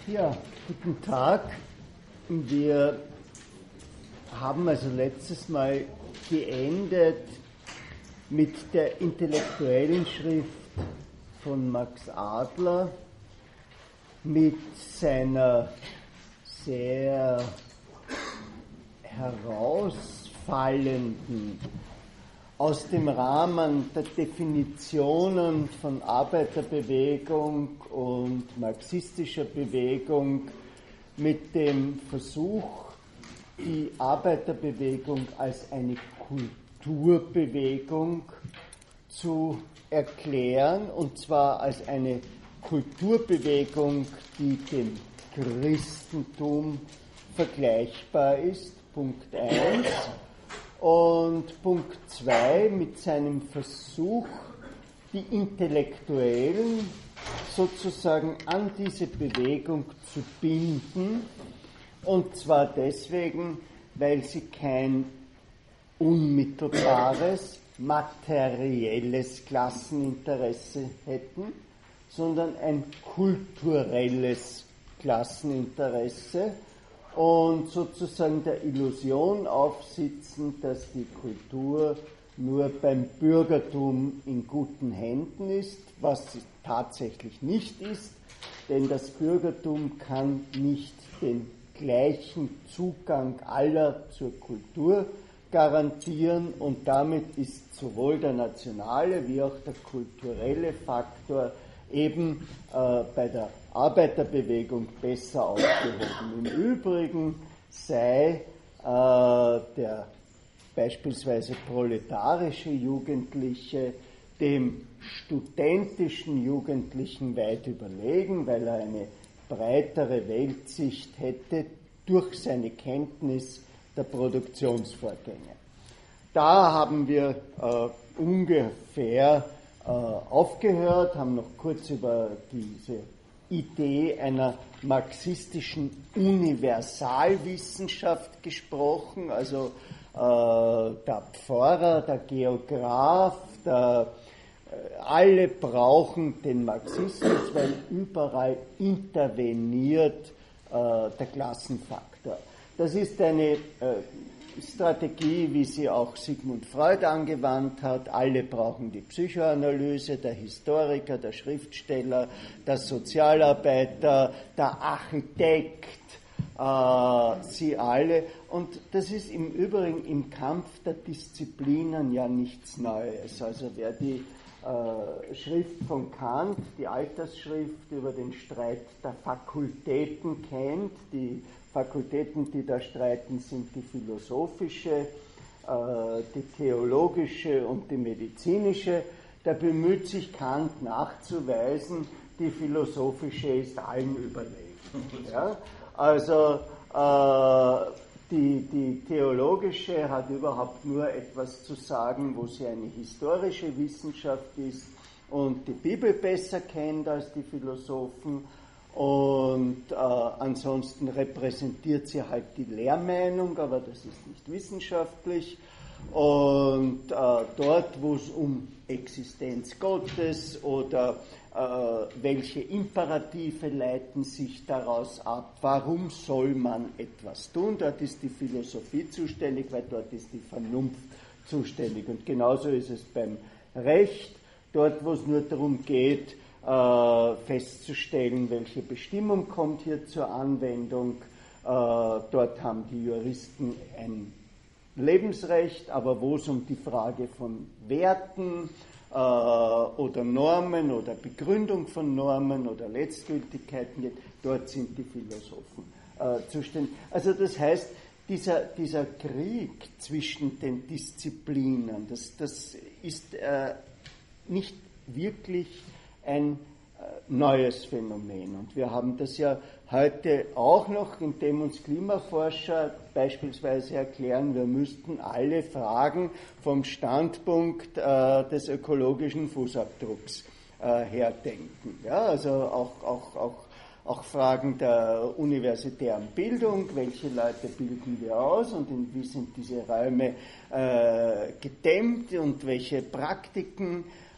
Ja, guten Tag. Wir haben also letztes Mal geendet mit der intellektuellen Schrift von Max Adler, mit seiner sehr herausfallenden, aus dem Rahmen der Definitionen von Arbeiterbewegung und marxistischer Bewegung mit dem Versuch, die Arbeiterbewegung als eine Kulturbewegung zu erklären, und zwar als eine Kulturbewegung, die dem Christentum vergleichbar ist, Punkt 1. Und Punkt 2 mit seinem Versuch, die Intellektuellen sozusagen an diese Bewegung zu binden, und zwar deswegen, weil sie kein unmittelbares, materielles Klasseninteresse hätten, sondern ein kulturelles Klasseninteresse, und sozusagen der Illusion aufsitzen, dass die Kultur nur beim Bürgertum in guten Händen ist, was sie tatsächlich nicht ist, denn das Bürgertum kann nicht den gleichen Zugang aller zur Kultur garantieren, und damit ist sowohl der nationale wie auch der kulturelle Faktor eben bei der Arbeiterbewegung besser aufgehoben. Im Übrigen sei der beispielsweise proletarische Jugendliche dem studentischen Jugendlichen weit überlegen, weil er eine breitere Weltsicht hätte durch seine Kenntnis der Produktionsvorgänge. Da haben wir ungefähr aufgehört, haben noch kurz über diese Idee einer marxistischen Universalwissenschaft gesprochen, also der Pfarrer, der Geograph, alle brauchen den Marxismus, weil überall interveniert der Klassenfaktor. Das ist eine Strategie, wie sie auch Sigmund Freud angewandt hat. Alle brauchen die Psychoanalyse, der Historiker, der Schriftsteller, der Sozialarbeiter, der Architekt, sie alle. Und das ist im Übrigen im Kampf der Disziplinen ja nichts Neues. Also wer die Schrift von Kant, die Altersschrift über den Streit der Fakultäten kennt, die Fakultäten, die da streiten, sind die philosophische, die theologische und die medizinische. Da bemüht sich Kant nachzuweisen, die philosophische ist allen überlegen. Ja? Also die theologische hat überhaupt nur etwas zu sagen, wo sie eine historische Wissenschaft ist und die Bibel besser kennt als die Philosophen. Und ansonsten repräsentiert sie halt die Lehrmeinung, aber das ist nicht wissenschaftlich. Und dort, wo es um Existenz Gottes oder welche Imperative leiten sich daraus ab, warum soll man etwas tun, dort ist die Philosophie zuständig, weil dort ist die Vernunft zuständig. Und genauso ist es beim Recht, dort, wo es nur darum geht, festzustellen, welche Bestimmung kommt hier zur Anwendung. Dort haben die Juristen ein Lebensrecht, aber wo es um die Frage von Werten oder Normen oder Begründung von Normen oder Letztgültigkeiten geht, dort sind die Philosophen zuständig. Also das heißt, dieser Krieg zwischen den Disziplinen, das ist nicht wirklich ein neues Phänomen. Und wir haben das ja heute auch noch, indem uns Klimaforscher beispielsweise erklären, wir müssten alle Fragen vom Standpunkt des ökologischen Fußabdrucks herdenken. Ja, also auch Fragen der universitären Bildung, welche Leute bilden wir aus und wie sind diese Räume gedämmt und welche Praktiken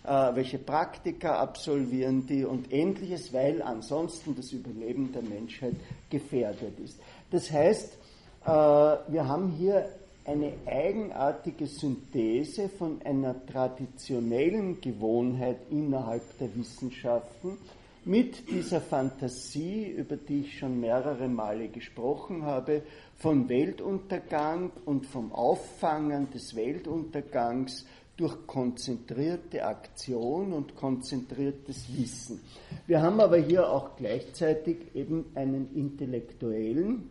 welche Praktika absolvieren die und Ähnliches, weil ansonsten das Überleben der Menschheit gefährdet ist. Das heißt, wir haben hier eine eigenartige Synthese von einer traditionellen Gewohnheit innerhalb der Wissenschaften mit dieser Fantasie, über die ich schon mehrere Male gesprochen habe, von Weltuntergang und vom Auffangen des Weltuntergangs durch konzentrierte Aktion und konzentriertes Wissen. Wir haben aber hier auch gleichzeitig eben einen Intellektuellen,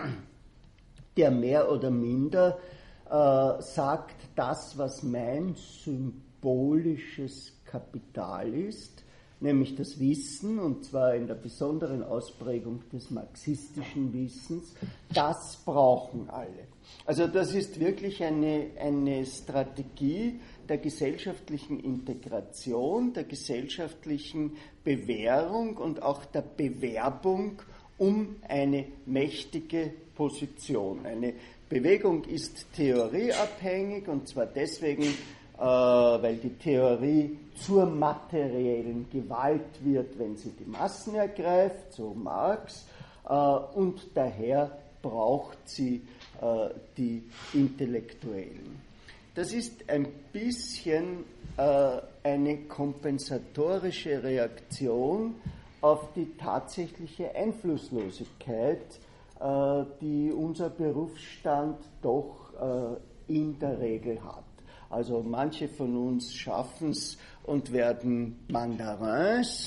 der mehr oder minder sagt, das, was mein symbolisches Kapital ist, nämlich das Wissen, und zwar in der besonderen Ausprägung des marxistischen Wissens, das brauchen alle. Also das ist wirklich eine Strategie der gesellschaftlichen Integration, der gesellschaftlichen Bewährung und auch der Bewerbung um eine mächtige Position. Eine Bewegung ist theorieabhängig, und zwar deswegen, weil die Theorie zur materiellen Gewalt wird, wenn sie die Massen ergreift, so Marx, und daher braucht sie die Intellektuellen. Das ist ein bisschen eine kompensatorische Reaktion auf die tatsächliche Einflusslosigkeit, die unser Berufsstand doch in der Regel hat. Also manche von uns schaffen es und werden Mandarins,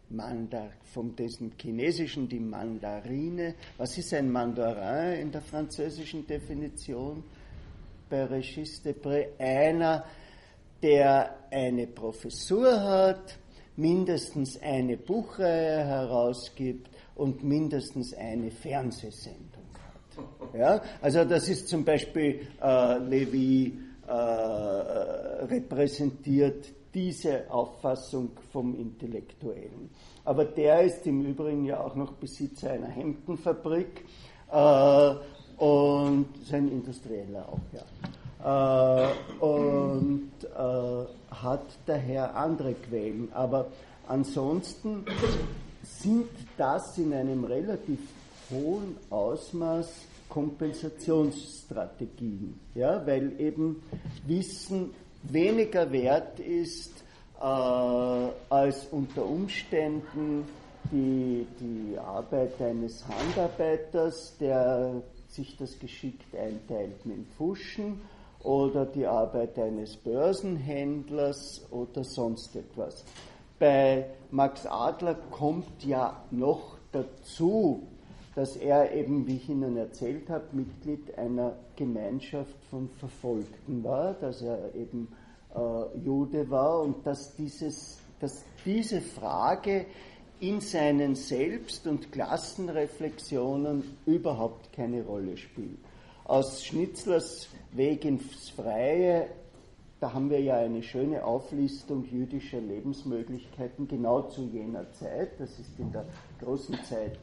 von diesem Chinesischen die Mandarine. Was ist ein Mandarin in der französischen Definition? Bei Régis Debray, einer, der eine Professur hat, mindestens eine Buchreihe herausgibt und mindestens eine Fernsehsendung hat. Ja? Also das ist zum Beispiel Lévy repräsentiert diese Auffassung vom Intellektuellen. Aber der ist im Übrigen ja auch noch Besitzer einer Hemdenfabrik und sein Industrieller auch, ja. Und hat daher andere Quellen. Aber ansonsten sind das in einem relativ hohen Ausmaß Kompensationsstrategien, ja, weil eben Wissen weniger wert ist als unter Umständen die Arbeit eines Handarbeiters, der sich das geschickt einteilt mit dem Pfuschen, oder die Arbeit eines Börsenhändlers oder sonst etwas. Bei Max Adler kommt ja noch dazu, dass er eben, wie ich Ihnen erzählt habe, Mitglied einer Gemeinschaft von Verfolgten war, dass er eben Jude war und dass diese Frage in seinen Selbst- und Klassenreflexionen überhaupt keine Rolle spielt. Aus Schnitzlers Weg ins Freie, da haben wir ja eine schöne Auflistung jüdischer Lebensmöglichkeiten genau zu jener Zeit, das ist in der großen Zeit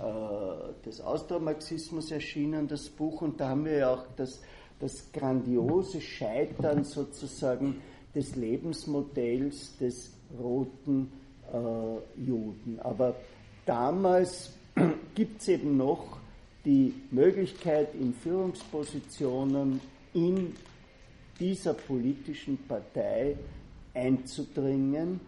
des Austromarxismus erschienen, das Buch, und da haben wir ja auch das grandiose Scheitern sozusagen des Lebensmodells des roten Juden. Aber damals gibt es eben noch die Möglichkeit, in Führungspositionen in dieser politischen Partei einzudringen,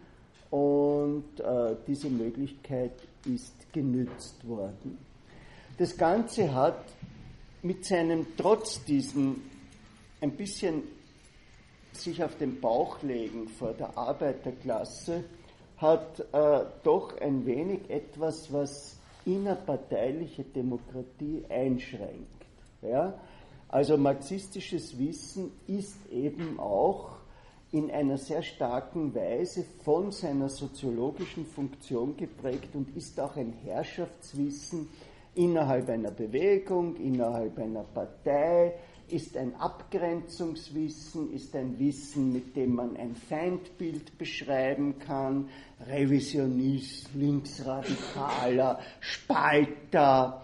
und diese Möglichkeit ist genützt worden. Das Ganze hat mit seinem, trotz diesem ein bisschen sich auf den Bauch legen vor der Arbeiterklasse, hat doch ein wenig etwas, was innerparteiliche Demokratie einschränkt. Ja? Also marxistisches Wissen ist eben auch in einer sehr starken Weise von seiner soziologischen Funktion geprägt und ist auch ein Herrschaftswissen innerhalb einer Bewegung, innerhalb einer Partei, ist ein Abgrenzungswissen, ist ein Wissen, mit dem man ein Feindbild beschreiben kann, Revisionist, Linksradikaler, Spalter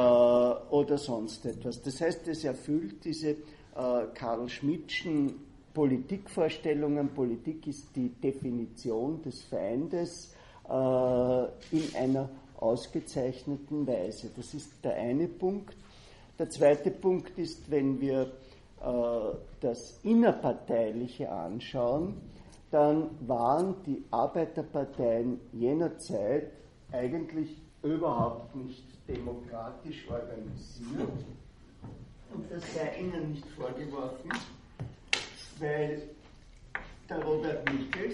oder sonst etwas. Das heißt, es erfüllt diese Carl Schmittschen Politikvorstellungen. Politik ist die Definition des Feindes in einer ausgezeichneten Weise. Das ist der eine Punkt. Der zweite Punkt ist, wenn wir das Innerparteiliche anschauen, dann waren die Arbeiterparteien jener Zeit eigentlich überhaupt nicht demokratisch organisiert. Und das sei ihnen nicht vorgeworfen, weil der Robert Michels,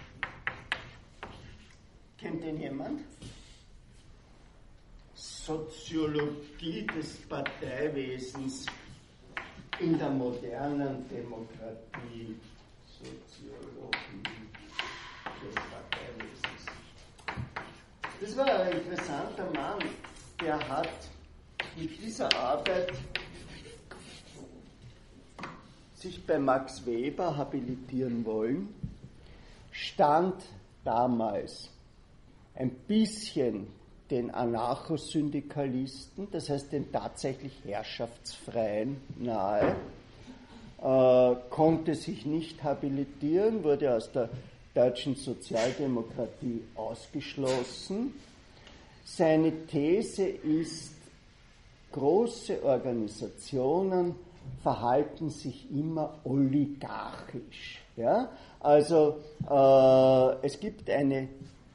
kennt den jemand? Soziologie des Parteiwesens in der modernen Demokratie. Soziologie des Parteiwesens. Das war ein interessanter Mann, der hat mit dieser Arbeit sich bei Max Weber habilitieren wollen, stand damals ein bisschen den Anarchosyndikalisten, das heißt den tatsächlich Herrschaftsfreien, nahe, konnte sich nicht habilitieren, wurde aus der deutschen Sozialdemokratie ausgeschlossen. Seine These ist, große Organisationen verhalten sich immer oligarchisch. Ja? Also es gibt eine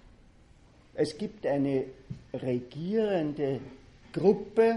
regierende Gruppe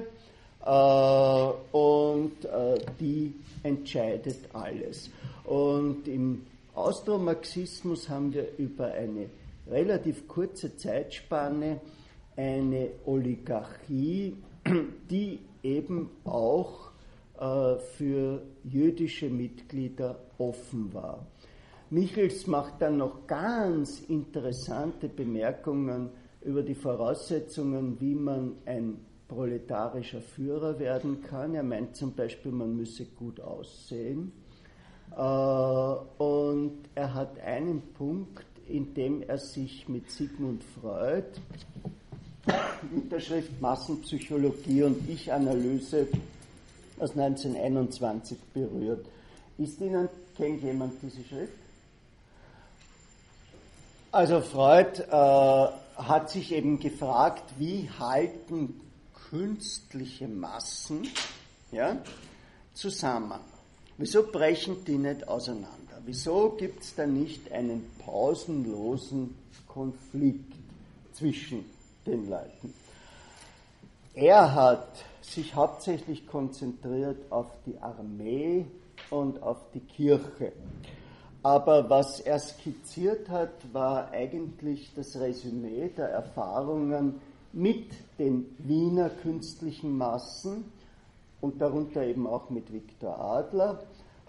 und die entscheidet alles. Und im Austromarxismus haben wir über eine relativ kurze Zeitspanne eine Oligarchie, die eben auch für jüdische Mitglieder offen war. Michels macht dann noch ganz interessante Bemerkungen über die Voraussetzungen, wie man ein proletarischer Führer werden kann. Er meint zum Beispiel, man müsse gut aussehen. Und er hat einen Punkt, in dem er sich mit Sigmund Freud mit der Schrift Massenpsychologie und Ich-Analyse aus 1921 berührt. Kennt jemand diese Schrift? Also Freud hat sich eben gefragt, wie halten künstliche Massen zusammen? Wieso brechen die nicht auseinander? Wieso gibt es da nicht einen pausenlosen Konflikt zwischen den Leuten? Er hat sich hauptsächlich konzentriert auf die Armee und auf die Kirche. Aber was er skizziert hat, war eigentlich das Resümee der Erfahrungen mit den Wiener künstlichen Massen und darunter eben auch mit Viktor Adler.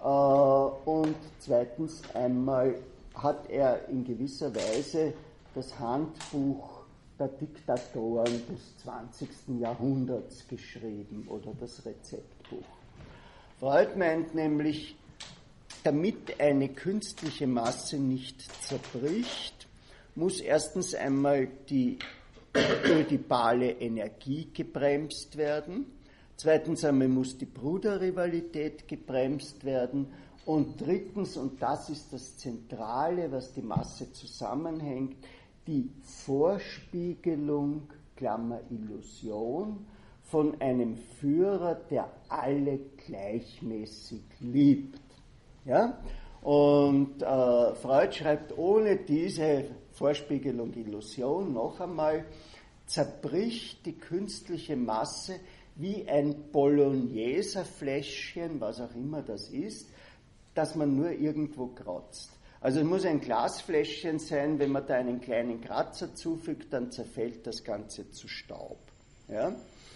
Und zweitens einmal hat er in gewisser Weise das Handbuch der Diktatoren des 20. Jahrhunderts geschrieben oder das Rezeptbuch. Freud meint nämlich, damit eine künstliche Masse nicht zerbricht, muss erstens einmal die ödipale Energie gebremst werden, zweitens einmal muss die Bruderrivalität gebremst werden und drittens, und das ist das Zentrale, was die Masse zusammenhängt, die Vorspiegelung, Klammer Illusion, von einem Führer, der alle gleichmäßig liebt. Ja? Und Freud schreibt, ohne diese Vorspiegelung, Illusion, noch einmal, zerbricht die künstliche Masse wie ein Bologneser Fläschchen, was auch immer das ist, das man nur irgendwo kratzt. Also es muss ein Glasfläschchen sein, wenn man da einen kleinen Kratzer zufügt, dann zerfällt das Ganze zu Staub. Ja?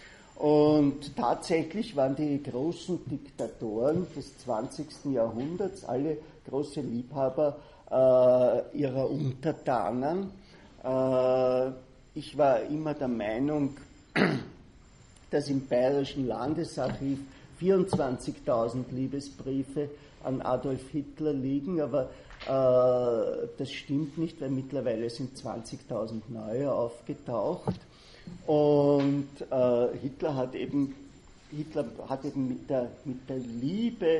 Und tatsächlich waren die großen Diktatoren des 20. Jahrhunderts alle große Liebhaber ihrer Untertanen. Ich war immer der Meinung, dass im Bayerischen Landesarchiv 24.000 Liebesbriefe an Adolf Hitler liegen, aber das stimmt nicht, weil mittlerweile sind 20.000 neue aufgetaucht. Und Hitler hat eben mit der Liebe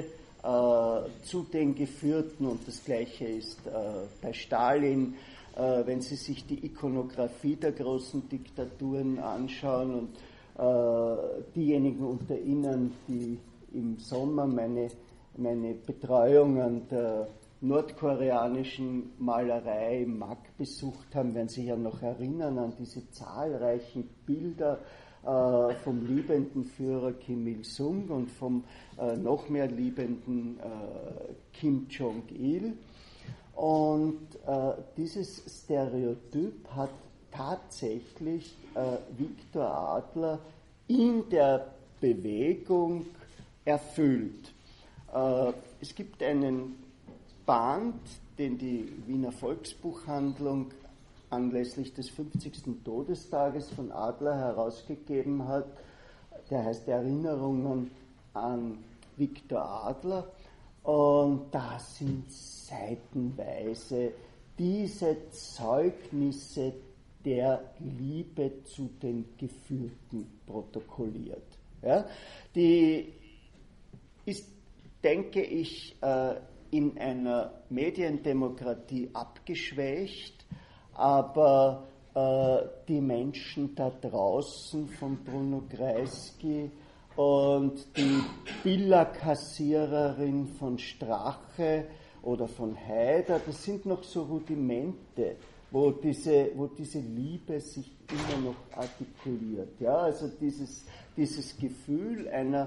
zu den Geführten, und das Gleiche ist bei Stalin, wenn Sie sich die Ikonografie der großen Diktaturen anschauen und diejenigen unter Ihnen, die im Sommer meine Betreuung an der nordkoreanischen Malerei im MAK besucht haben, werden sich ja noch erinnern an diese zahlreichen Bilder vom liebenden Führer Kim Il-sung und vom noch mehr liebenden Kim Jong-il. Und dieses Stereotyp hat tatsächlich Viktor Adler in der Bewegung erfüllt. Es gibt einen Band, den die Wiener Volksbuchhandlung anlässlich des 50. Todestages von Adler herausgegeben hat, der heißt Erinnerungen an Viktor Adler, und da sind seitenweise diese Zeugnisse der Liebe zu den Geführten protokolliert. Ja? Die ist, denke ich, in einer Mediendemokratie abgeschwächt, aber die Menschen da draußen von Bruno Kreisky und die Billerkassiererin von Strache oder von Haider, das sind noch so Rudimente, wo diese Liebe sich immer noch artikuliert. Ja? Also dieses Gefühl einer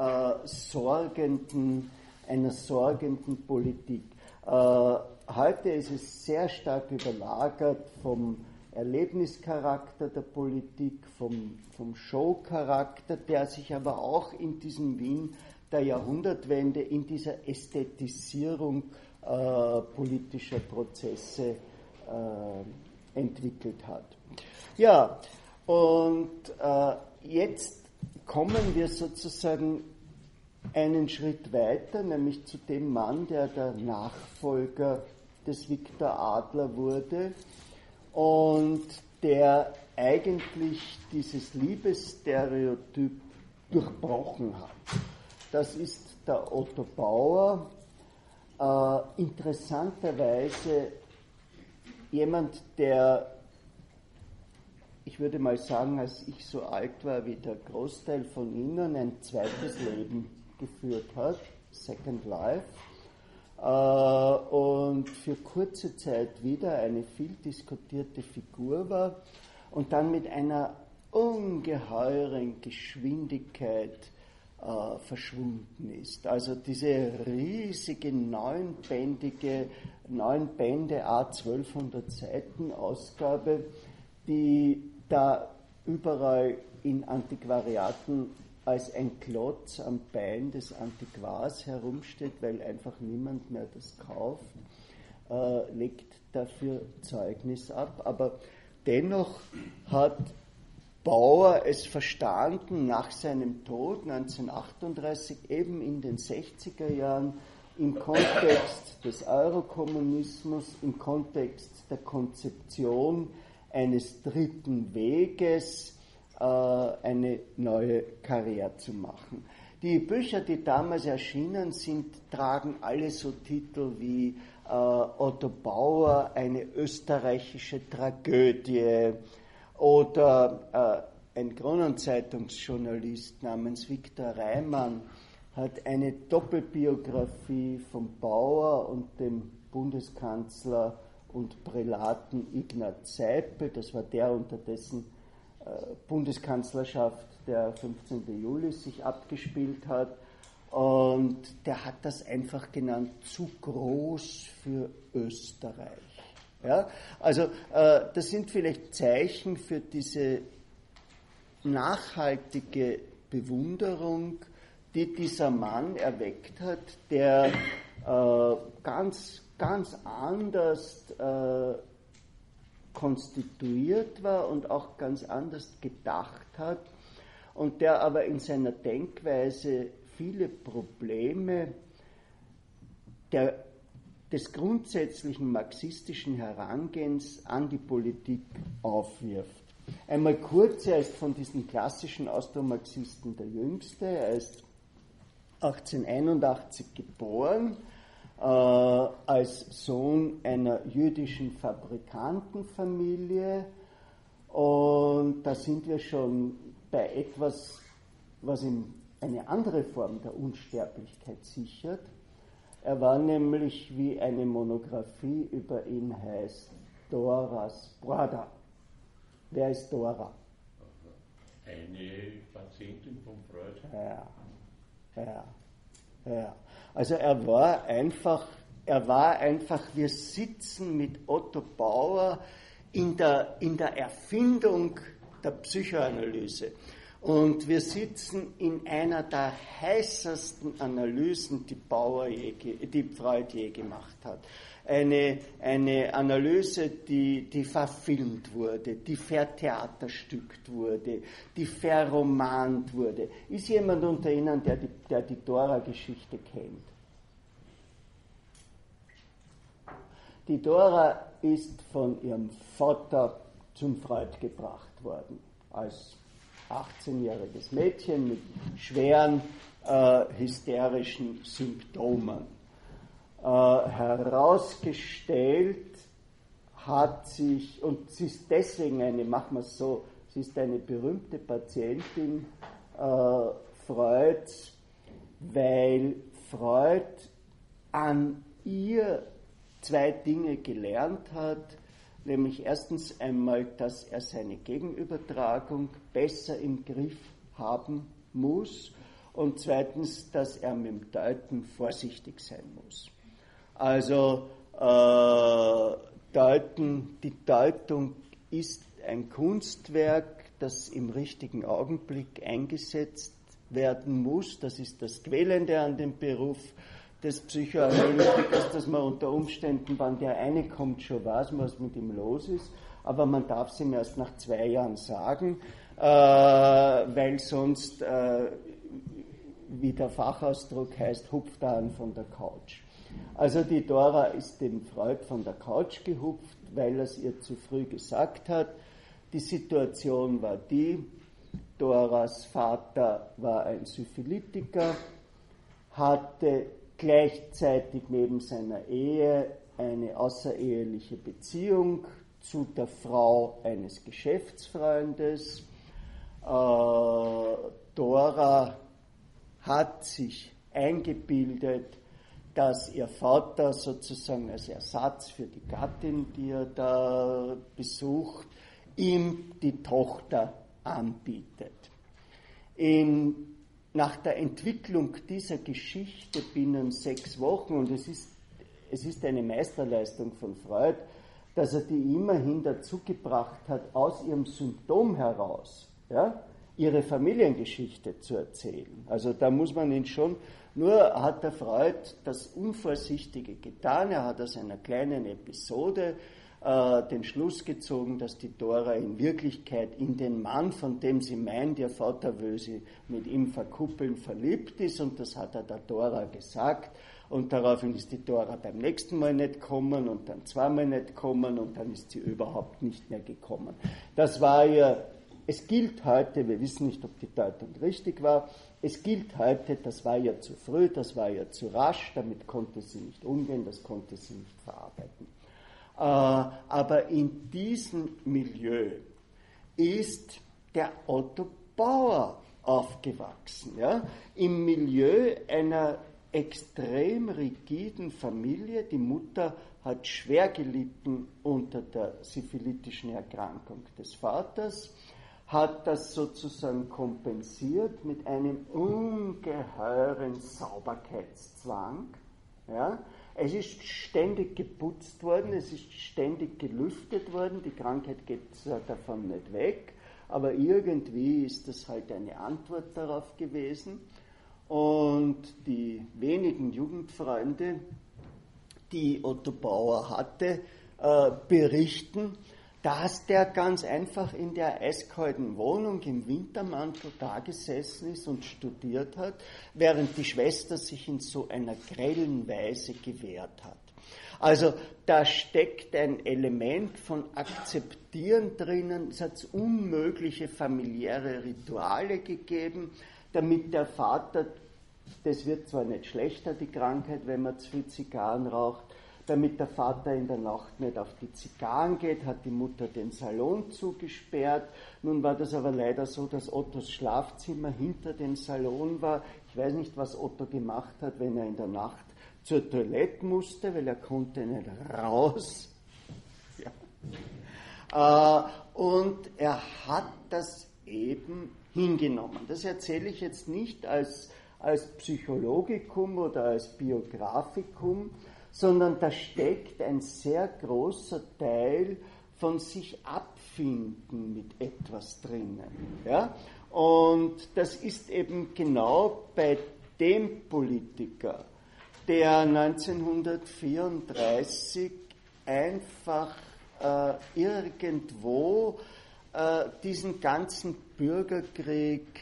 sorgenden Politik. Heute ist es sehr stark überlagert vom Erlebnischarakter der Politik, vom Showcharakter, der sich aber auch in diesem Wien der Jahrhundertwende, in dieser Ästhetisierung politischer Prozesse entwickelt hat. Ja, und jetzt kommen wir sozusagen einen Schritt weiter, nämlich zu dem Mann, der Nachfolger des Viktor Adler wurde und der eigentlich dieses Liebesstereotyp durchbrochen hat. Das ist der Otto Bauer, interessanterweise jemand, der, ich würde mal sagen, als ich so alt war wie der Großteil von Ihnen, ein zweites Leben geführt hat, Second Life, und für kurze Zeit wieder eine viel diskutierte Figur war und dann mit einer ungeheuren Geschwindigkeit verschwunden ist. Also diese riesige 9 Bände, A1200 Seiten Ausgabe, die da überall in Antiquariaten als ein Klotz am Bein des Antiquars herumsteht, weil einfach niemand mehr das kauft, legt dafür Zeugnis ab. Aber dennoch hat Bauer es verstanden, nach seinem Tod 1938, eben in den 60er Jahren, im Kontext des Eurokommunismus, im Kontext der Konzeption eines dritten Weges, eine neue Karriere zu machen. Die Bücher, die damals erschienen sind, tragen alle so Titel wie Otto Bauer, eine österreichische Tragödie, oder ein Kronenzeitungsjournalist namens Viktor Reimann hat eine Doppelbiografie von Bauer und dem Bundeskanzler und Prälaten Ignaz Seipel, das war der, unter dessen Bundeskanzlerschaft der 15. Juli sich abgespielt hat, und der hat das einfach genannt, zu groß für Österreich. Ja? Also das sind vielleicht Zeichen für diese nachhaltige Bewunderung, die dieser Mann erweckt hat, der ganz anders konstituiert war und auch ganz anders gedacht hat und der aber in seiner Denkweise viele Probleme des grundsätzlichen marxistischen Herangehens an die Politik aufwirft. Einmal kurz, er ist von diesen klassischen Austromarxisten der Jüngste, er ist 1881 geboren, als Sohn einer jüdischen Fabrikantenfamilie. Und da sind wir schon bei etwas, was ihm eine andere Form der Unsterblichkeit sichert. Er war nämlich, wie eine Monographie über ihn heißt, Doras Brother. Wer ist Dora? Eine Patientin von Freud. Ja. Also er war einfach, wir sitzen mit Otto Bauer in der Erfindung der Psychoanalyse. Und wir sitzen in einer der heißesten Analysen, die Freud je gemacht hat. Eine Analyse, die verfilmt wurde, die vertheaterstückt wurde, die verromant wurde. Ist jemand unter Ihnen, der die Dora-Geschichte kennt? Die Dora ist von ihrem Vater zum Freud gebracht worden, als 18-jähriges Mädchen mit schweren hysterischen Symptomen. Herausgestellt hat sich, und sie ist deswegen sie ist eine berühmte Patientin Freuds, weil Freud an ihr zwei Dinge gelernt hat, nämlich erstens einmal, dass er seine Gegenübertragung besser im Griff haben muss und zweitens, dass er mit dem Deuten vorsichtig sein muss. Also die Deutung ist ein Kunstwerk, das im richtigen Augenblick eingesetzt werden muss. Das ist das Quälende an dem Beruf des Psychoanalytikers, dass man unter Umständen, wenn der eine kommt, schon weiß, was mit ihm los ist, aber man darf es ihm erst nach 2 Jahren sagen, weil sonst, wie der Fachausdruck heißt, hupft er an von der Couch. Also die Dora ist dem Freud von der Couch gehupft, weil er es ihr zu früh gesagt hat. Die Situation war die, Doras Vater war ein Syphilitiker, hatte gleichzeitig neben seiner Ehe eine außereheliche Beziehung zu der Frau eines Geschäftsfreundes. Dora hat sich eingebildet, dass ihr Vater sozusagen als Ersatz für die Gattin, die er da besucht, ihm die Tochter anbietet. Nach der Entwicklung dieser Geschichte binnen 6 Wochen, und es ist eine Meisterleistung von Freud, dass er die immerhin dazu gebracht hat, aus ihrem Symptom heraus, ja, ihre Familiengeschichte zu erzählen. Also da muss man ihn schon, nur hat der Freud das Unvorsichtige getan, er hat aus einer kleinen Episode den Schluss gezogen, dass die Dora in Wirklichkeit in den Mann, von dem sie meint, ihr Vater will sie mit ihm verkuppeln, verliebt ist, und das hat er der Dora gesagt, und daraufhin ist die Dora beim nächsten Mal nicht gekommen und dann 2-mal nicht gekommen und dann ist sie überhaupt nicht mehr gekommen. Das war ihr, es gilt heute, wir wissen nicht, ob die Deutung richtig war, es gilt heute, das war ja zu früh, das war ja zu rasch, damit konnte sie nicht umgehen, das konnte sie nicht verarbeiten. Aber in diesem Milieu ist der Otto Bauer aufgewachsen. Ja? Im Milieu einer extrem rigiden Familie. Die Mutter hat schwer gelitten unter der syphilitischen Erkrankung des Vaters, hat das sozusagen kompensiert mit einem ungeheuren Sauberkeitszwang. Ja? Es ist ständig geputzt worden, es ist ständig gelüftet worden, die Krankheit geht davon nicht weg, aber irgendwie ist das halt eine Antwort darauf gewesen. Und die wenigen Jugendfreunde, die Otto Bauer hatte, berichten, dass der ganz einfach in der eiskalten Wohnung im Wintermantel da gesessen ist und studiert hat, während die Schwester sich in so einer grellen Weise gewehrt hat. Also da steckt ein Element von Akzeptieren drinnen, es hat unmögliche familiäre Rituale gegeben, damit der Vater das wird zwar nicht schlechter, die Krankheit, wenn man zu viel Zigarren raucht. Damit der Vater in der Nacht nicht auf die Zigarren geht, hat die Mutter den Salon zugesperrt. Nun war das aber leider so, dass Ottos Schlafzimmer hinter dem Salon war. Ich weiß nicht, was Otto gemacht hat, wenn er in der Nacht zur Toilette musste, weil er konnte nicht raus. Ja. Und er hat das eben hingenommen. Das erzähle ich jetzt nicht als Psychologikum oder als Biografikum, sondern da steckt ein sehr großer Teil von sich abfinden mit etwas drinnen. Ja? Und das ist eben genau bei dem Politiker, der 1934 einfach irgendwo diesen ganzen Bürgerkrieg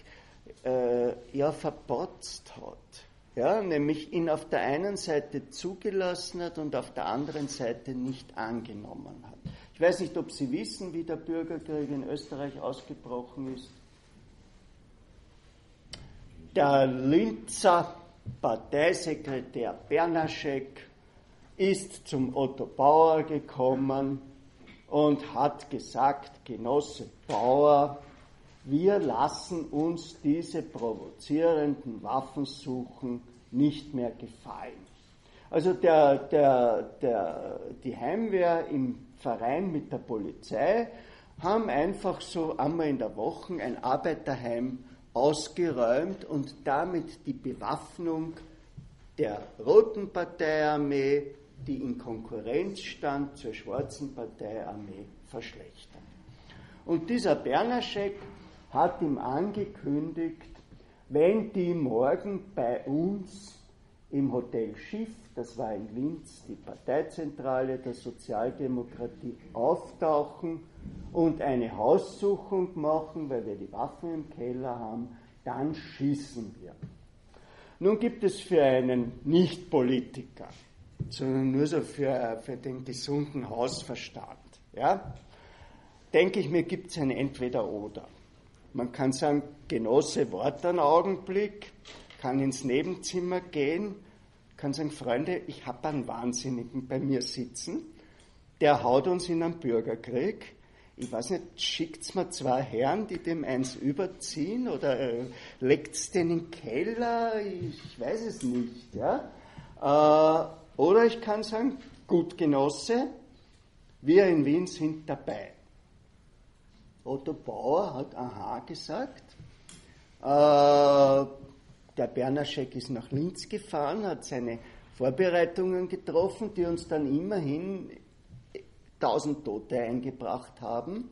verpotzt hat. Ja, nämlich ihn auf der einen Seite zugelassen hat und auf der anderen Seite nicht angenommen hat. Ich weiß nicht, ob Sie wissen, wie der Bürgerkrieg in Österreich ausgebrochen ist. Der Linzer Parteisekretär Bernaschek ist zum Otto Bauer gekommen und hat gesagt, Genosse Bauer, wir lassen uns diese provozierenden Waffensuchen nicht mehr gefallen. Also die Heimwehr im Verein mit der Polizei haben einfach so einmal in der Woche ein Arbeiterheim ausgeräumt und damit die Bewaffnung der Roten Parteiarmee, die in Konkurrenz stand zur Schwarzen Parteiarmee, verschlechtert. Und dieser Bernaschek hat ihm angekündigt, wenn die morgen bei uns im Hotel Schiff, das war in Linz die Parteizentrale der Sozialdemokratie, auftauchen und eine Haussuchung machen, weil wir die Waffen im Keller haben, dann schießen wir. Nun gibt es für einen Nicht-Politiker, sondern nur so für den gesunden Hausverstand, ja, denke ich mir, gibt es ein Entweder-Oder. Man kann sagen, Genosse, wart einen Augenblick, kann ins Nebenzimmer gehen, kann sagen, Freunde, ich habe einen Wahnsinnigen bei mir sitzen, der haut uns in einen Bürgerkrieg. Ich weiß nicht, schickt's mir zwei Herren, die dem eins überziehen oder legt's den in den Keller? Ich weiß es nicht. Ja? Oder ich kann sagen, gut Genosse, wir in Wien sind dabei. Otto Bauer hat aha gesagt. Der Bernaschek ist nach Linz gefahren, hat seine Vorbereitungen getroffen, die uns dann immerhin 1000 Tote eingebracht haben.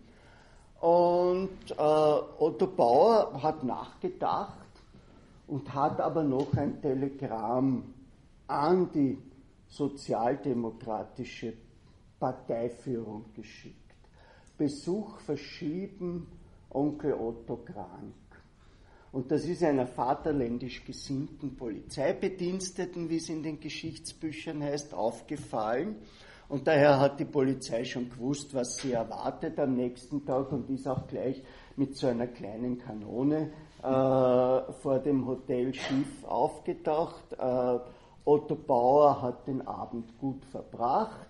Und Otto Bauer hat nachgedacht und hat aber noch ein Telegramm an die sozialdemokratische Parteiführung geschickt. Besuch verschieben, Onkel Otto krank. Und das ist einer vaterländisch gesinnten Polizeibediensteten, wie es in den Geschichtsbüchern heißt, aufgefallen. Und daher hat die Polizei schon gewusst, was sie erwartet am nächsten Tag und ist auch gleich mit so einer kleinen Kanone vor dem Hotel Schiff aufgetaucht. Otto Bauer hat den Abend gut verbracht.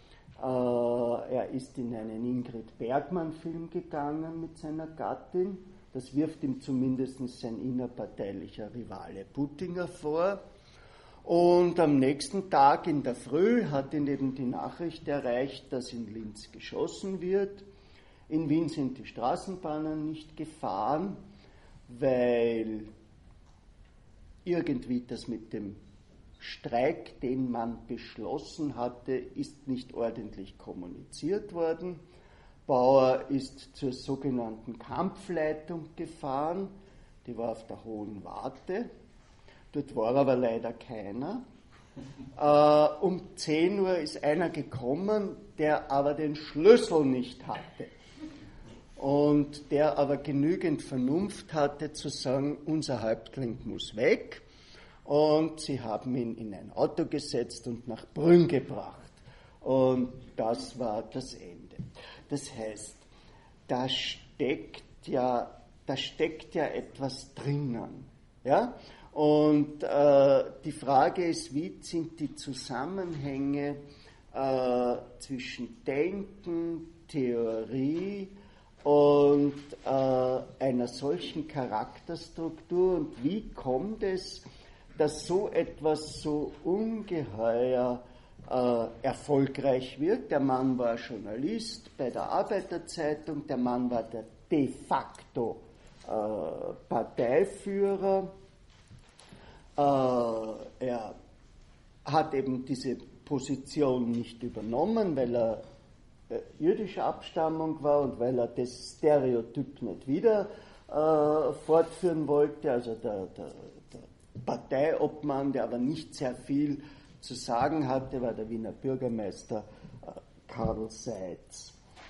Er ist in einen Ingrid Bergmann-Film gegangen mit seiner Gattin. Das wirft ihm zumindest sein innerparteilicher Rivale Puttinger vor. Und am nächsten Tag in der Früh hat ihn eben die Nachricht erreicht, dass in Linz geschossen wird. In Wien sind die Straßenbahnen nicht gefahren, weil irgendwie das mit dem Streik, den man beschlossen hatte, ist nicht ordentlich kommuniziert worden. Bauer ist zur sogenannten Kampfleitung gefahren, die war auf der Hohen Warte. Dort war aber leider keiner. Um 10 Uhr ist einer gekommen, der aber den Schlüssel nicht hatte. Und der aber genügend Vernunft hatte, zu sagen, unser Häuptling muss weg. Und sie haben ihn in ein Auto gesetzt und nach Brünn gebracht. Und das war das Ende. Das heißt, da steckt ja etwas drinnen. Ja? Und die Frage ist, wie sind die Zusammenhänge zwischen Denken, Theorie und einer solchen Charakterstruktur, und wie kommt es, dass so etwas so ungeheuer erfolgreich wird. Der Mann war Journalist bei der Arbeiterzeitung, der Mann war der de facto Parteiführer. Er hat eben diese Position nicht übernommen, weil er jüdischer Abstammung war und weil er das Stereotyp nicht wieder fortführen wollte. Also der Parteiobmann, der aber nicht sehr viel zu sagen hatte, war der Wiener Bürgermeister Karl Seitz.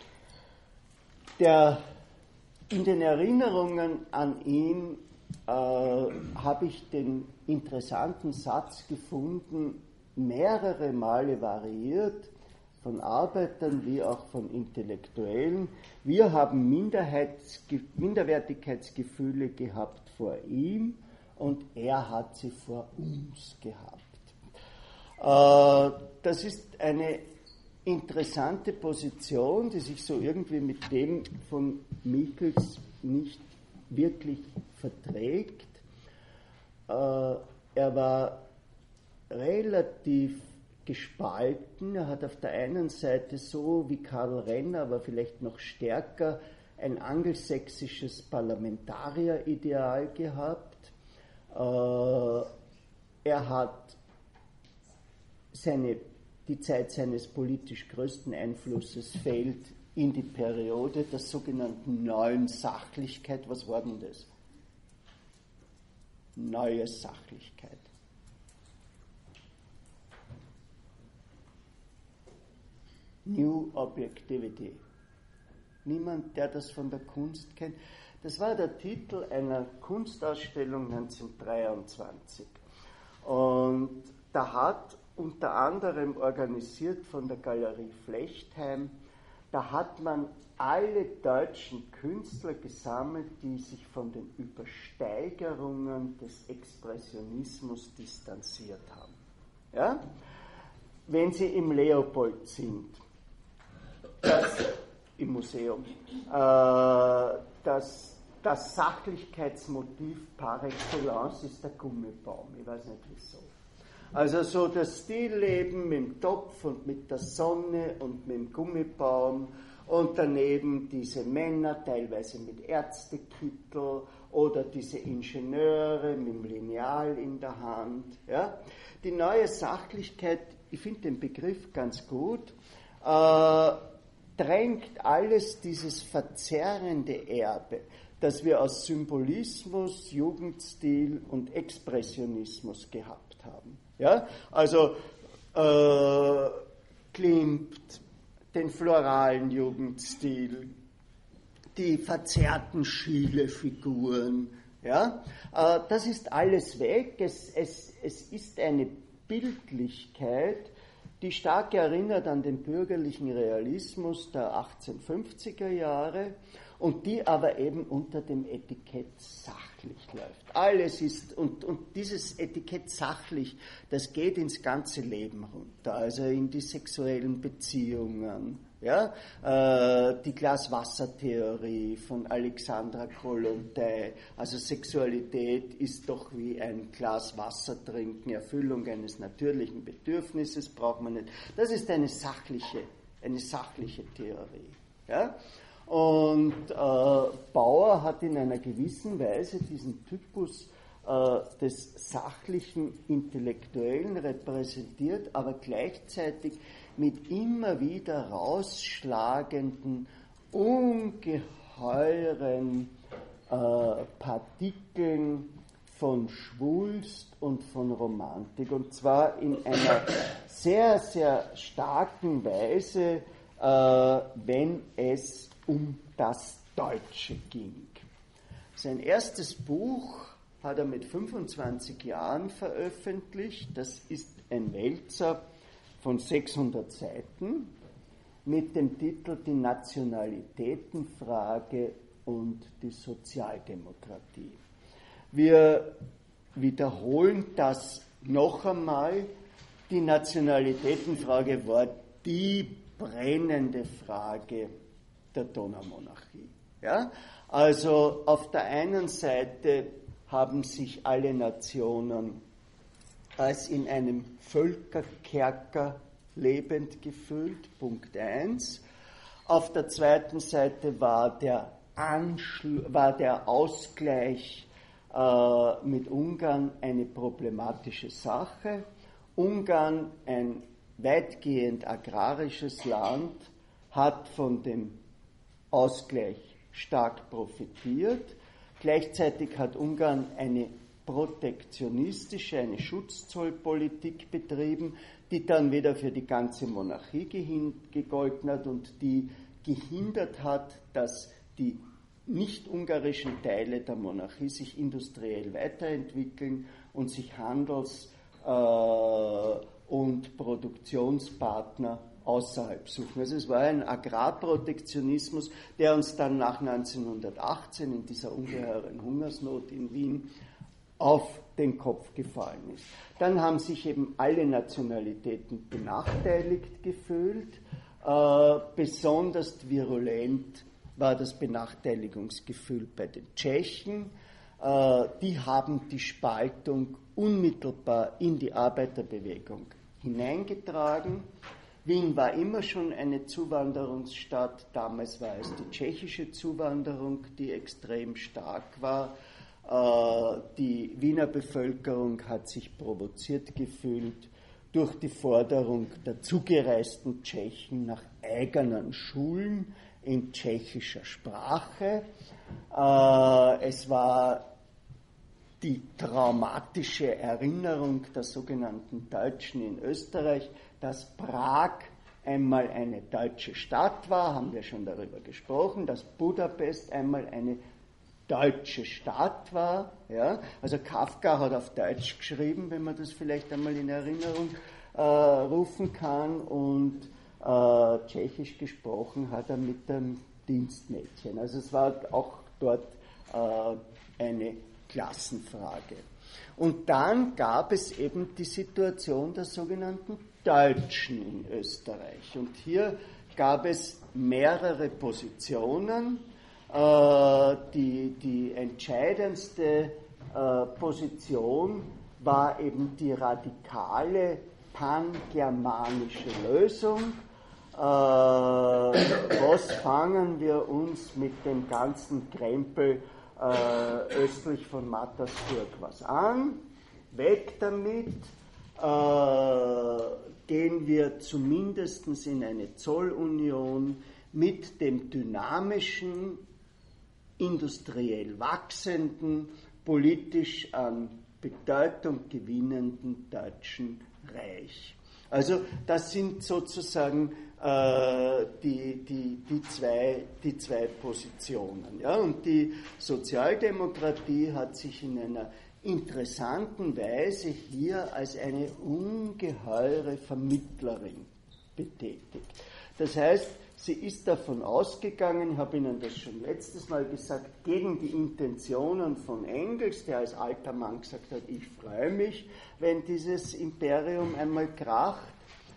In den Erinnerungen an ihn habe ich den interessanten Satz gefunden, mehrere Male variiert, von Arbeitern wie auch von Intellektuellen. Wir haben Minderwertigkeitsgefühle gehabt vor ihm und er hat sie vor uns gehabt. Das ist eine interessante Position, die sich so irgendwie mit dem von Michels nicht wirklich verträgt. Er war relativ gespalten. Er hat auf der einen Seite so wie Karl Renner, aber vielleicht noch stärker, ein angelsächsisches Parlamentarierideal gehabt. Er hat die Zeit seines politisch größten Einflusses fällt in die Periode der sogenannten neuen Sachlichkeit. Was war denn das? Neue Sachlichkeit. New Objectivity. Niemand, der das von der Kunst kennt. Das war der Titel einer Kunstausstellung 1923. Und da hat unter anderem organisiert von der Galerie Flechtheim, da hat man alle deutschen Künstler gesammelt, die sich von den Übersteigerungen des Expressionismus distanziert haben. Ja? Wenn sie im Leopold sind, im Museum, das Sachlichkeitsmotiv par excellence ist der Gummibaum. Ich weiß nicht wieso. Also so das Stillleben mit dem Topf und mit der Sonne und mit dem Gummibaum und daneben diese Männer, teilweise mit Ärztekittel oder diese Ingenieure mit dem Lineal in der Hand. Ja? Die neue Sachlichkeit, ich finde den Begriff ganz gut, drängt alles dieses verzerrende Erbe, das wir aus Symbolismus, Jugendstil und Expressionismus gehabt haben. Ja? Also Klimt, den floralen Jugendstil, die verzerrten Schiele-Figuren, ja? Das ist alles weg. Es ist eine Bildlichkeit, die stark erinnert an den bürgerlichen Realismus der 1850er Jahre und die aber eben unter dem Etikett sachlich läuft. Alles ist, und dieses Etikett sachlich, das geht ins ganze Leben runter, also in die sexuellen Beziehungen, ja? Die Glas-Wasser-Theorie von Alexandra Kollontai, also Sexualität ist doch wie ein Glas Wasser trinken, Erfüllung eines natürlichen Bedürfnisses braucht man nicht. Das ist eine sachliche Theorie. Ja? Und Bauer hat in einer gewissen Weise diesen Typus des sachlichen Intellektuellen repräsentiert, aber gleichzeitig mit immer wieder rausschlagenden, ungeheuren Partikeln von Schwulst und von Romantik. Und zwar in einer sehr, sehr starken Weise, wenn es um das Deutsche ging. Sein erstes Buch hat er mit 25 Jahren veröffentlicht. Das ist ein Wälzer von 600 Seiten mit dem Titel Die Nationalitätenfrage und die Sozialdemokratie. Wir wiederholen das noch einmal. Die Nationalitätenfrage war die brennende Frage der Donaumonarchie. Ja? Also auf der einen Seite haben sich alle Nationen als in einem Völkerkerker lebend gefühlt, Punkt 1. Auf der zweiten Seite war der Ausgleich mit Ungarn eine problematische Sache. Ungarn, ein weitgehend agrarisches Land, hat von dem Ausgleich stark profitiert. Gleichzeitig hat Ungarn eine protektionistische, eine Schutzzollpolitik betrieben, die dann wieder für die ganze Monarchie gegolten hat und die gehindert hat, dass die nicht-ungarischen Teile der Monarchie sich industriell weiterentwickeln und sich Handels- und Produktionspartner außerhalb suchen. Also es war ein Agrarprotektionismus, der uns dann nach 1918 in dieser ungeheuren Hungersnot in Wien auf den Kopf gefallen ist. Dann haben sich eben alle Nationalitäten benachteiligt gefühlt. Besonders virulent war das Benachteiligungsgefühl bei den Tschechen. Die haben die Spaltung unmittelbar in die Arbeiterbewegung hineingetragen. Wien war immer schon eine Zuwanderungsstadt. Damals war es die tschechische Zuwanderung, die extrem stark war. Die Wiener Bevölkerung hat sich provoziert gefühlt durch die Forderung der zugereisten Tschechen nach eigenen Schulen in tschechischer Sprache. Es war die traumatische Erinnerung der sogenannten Deutschen in Österreich, dass Prag einmal eine deutsche Stadt war, haben wir schon darüber gesprochen, dass Budapest einmal eine deutsche Stadt war. Ja? Also Kafka hat auf Deutsch geschrieben, wenn man das vielleicht einmal in Erinnerung rufen kann, und Tschechisch gesprochen hat er mit dem Dienstmädchen. Also es war auch dort eine Klassenfrage. Und dann gab es eben die Situation der sogenannten Deutschen in Österreich. Und hier gab es mehrere Positionen. Die entscheidendste Position war eben die radikale pangermanische Lösung. Was fangen wir uns mit dem ganzen Krempel östlich von Mattersburg was an? Weg damit! Gehen wir zumindest in eine Zollunion mit dem dynamischen, industriell wachsenden, politisch an Bedeutung gewinnenden Deutschen Reich. Also das sind sozusagen die zwei Positionen. Ja? Und die Sozialdemokratie hat sich in einer interessanten Weise hier als eine ungeheure Vermittlerin betätigt. Das heißt, sie ist davon ausgegangen, ich habe Ihnen das schon letztes Mal gesagt, gegen die Intentionen von Engels, der als alter Mann gesagt hat, ich freue mich, wenn dieses Imperium einmal kracht,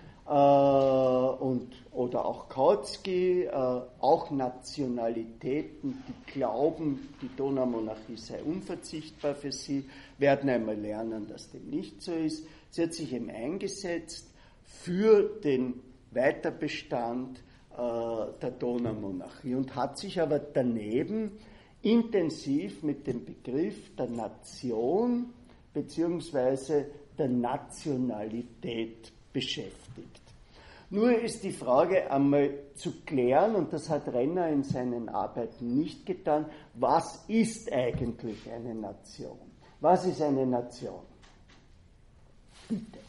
oder auch Kautsky, auch Nationalitäten, die glauben, die Donaumonarchie sei unverzichtbar für sie, werden einmal lernen, dass dem nicht so ist. Sie hat sich eben eingesetzt für den Weiterbestand der Donaumonarchie und hat sich aber daneben intensiv mit dem Begriff der Nation bzw. der Nationalität beschäftigt. Nur ist die Frage einmal zu klären, und das hat Renner in seinen Arbeiten nicht getan, was ist eigentlich eine Nation? Was ist eine Nation? Bitte.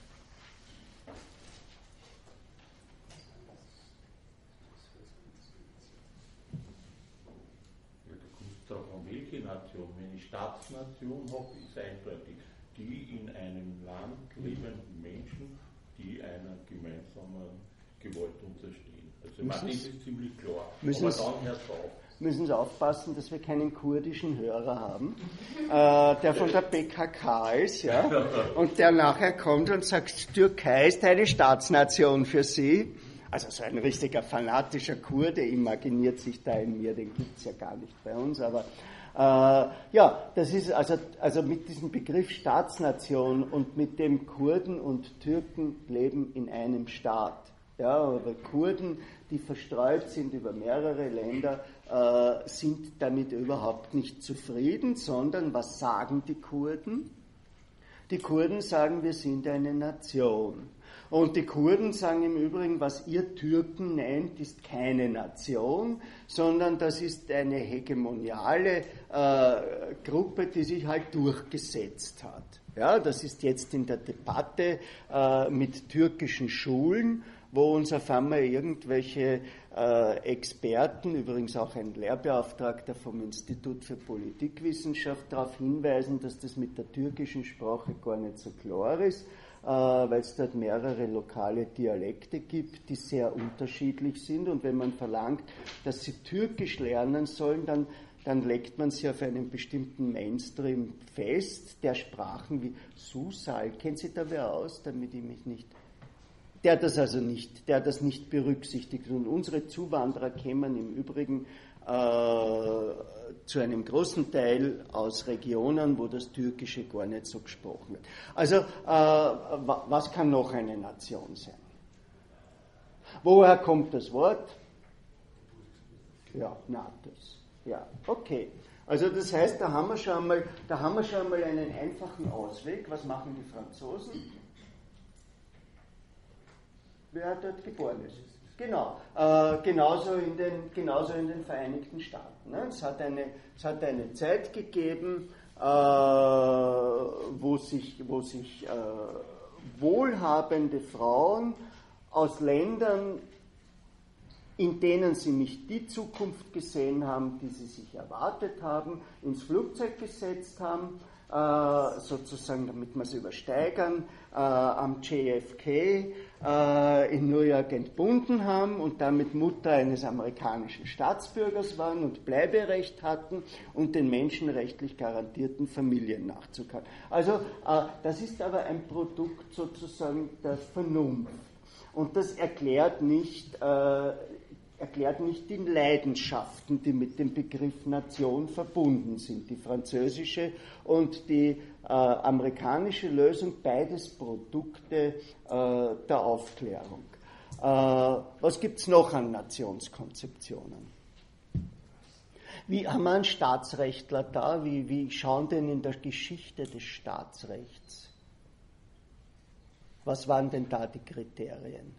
Ja, da kommt es darauf an, welche Nation. Wenn ich Staatsnation habe, ist eindeutig die in einem Land lebenden Menschen, die einer gemeinsamen Gewalt unterstehen. Also ich meine, das ist ziemlich klar. Aber dann hört es auf. müssen Sie aufpassen, dass wir keinen kurdischen Hörer haben, der von der PKK ist, ja, und der nachher kommt und sagt, Türkei ist eine Staatsnation für Sie. Also so ein richtiger fanatischer Kurde imaginiert sich da in mir, den gibt es ja gar nicht bei uns, aber ja, das ist also mit diesem Begriff Staatsnation und mit dem Kurden und Türken leben in einem Staat. Ja, aber Kurden, die verstreut sind über mehrere Länder, sind damit überhaupt nicht zufrieden, sondern was sagen die Kurden? Die Kurden sagen, wir sind eine Nation. Und die Kurden sagen im Übrigen, was ihr Türken nennt, ist keine Nation, sondern das ist eine hegemoniale Gruppe, die sich halt durchgesetzt hat. Ja, das ist jetzt in der Debatte mit türkischen Schulen, wo uns auf einmal irgendwelche Experten, übrigens auch ein Lehrbeauftragter vom Institut für Politikwissenschaft, darauf hinweisen, dass das mit der türkischen Sprache gar nicht so klar ist, weil es dort mehrere lokale Dialekte gibt, die sehr unterschiedlich sind. Und wenn man verlangt, dass sie Türkisch lernen sollen, dann legt man sie auf einen bestimmten Mainstream fest, der Sprachen wie Susal, kennt sich da wer aus, damit ich mich nicht... Der das nicht berücksichtigt. Und unsere Zuwanderer kämen im Übrigen zu einem großen Teil aus Regionen, wo das Türkische gar nicht so gesprochen wird. Also, was kann noch eine Nation sein? Woher kommt das Wort? Ja, Natus. Ja, okay. Also das heißt, da haben wir schon mal einen einfachen Ausweg. Was machen die Franzosen? Wer dort geboren ist. Genau, genauso in den Vereinigten Staaten. Ne? Es hat eine Zeit gegeben, wo sich wohlhabende Frauen aus Ländern, in denen sie nicht die Zukunft gesehen haben, die sie sich erwartet haben, ins Flugzeug gesetzt haben, sozusagen, damit wir es übersteigern, am JFK in New York entbunden haben und damit Mutter eines amerikanischen Staatsbürgers waren und Bleiberecht hatten und den menschenrechtlich garantierten Familien Nachzug hatten. Also das ist aber ein Produkt sozusagen der Vernunft. Und das erklärt nicht die Leidenschaften, die mit dem Begriff Nation verbunden sind. Die französische und die amerikanische Lösung, beides Produkte der Aufklärung. Was gibt es noch an Nationskonzeptionen? Wie haben wir einen Staatsrechtler da? Wie schauen denn in der Geschichte des Staatsrechts? Was waren denn da die Kriterien?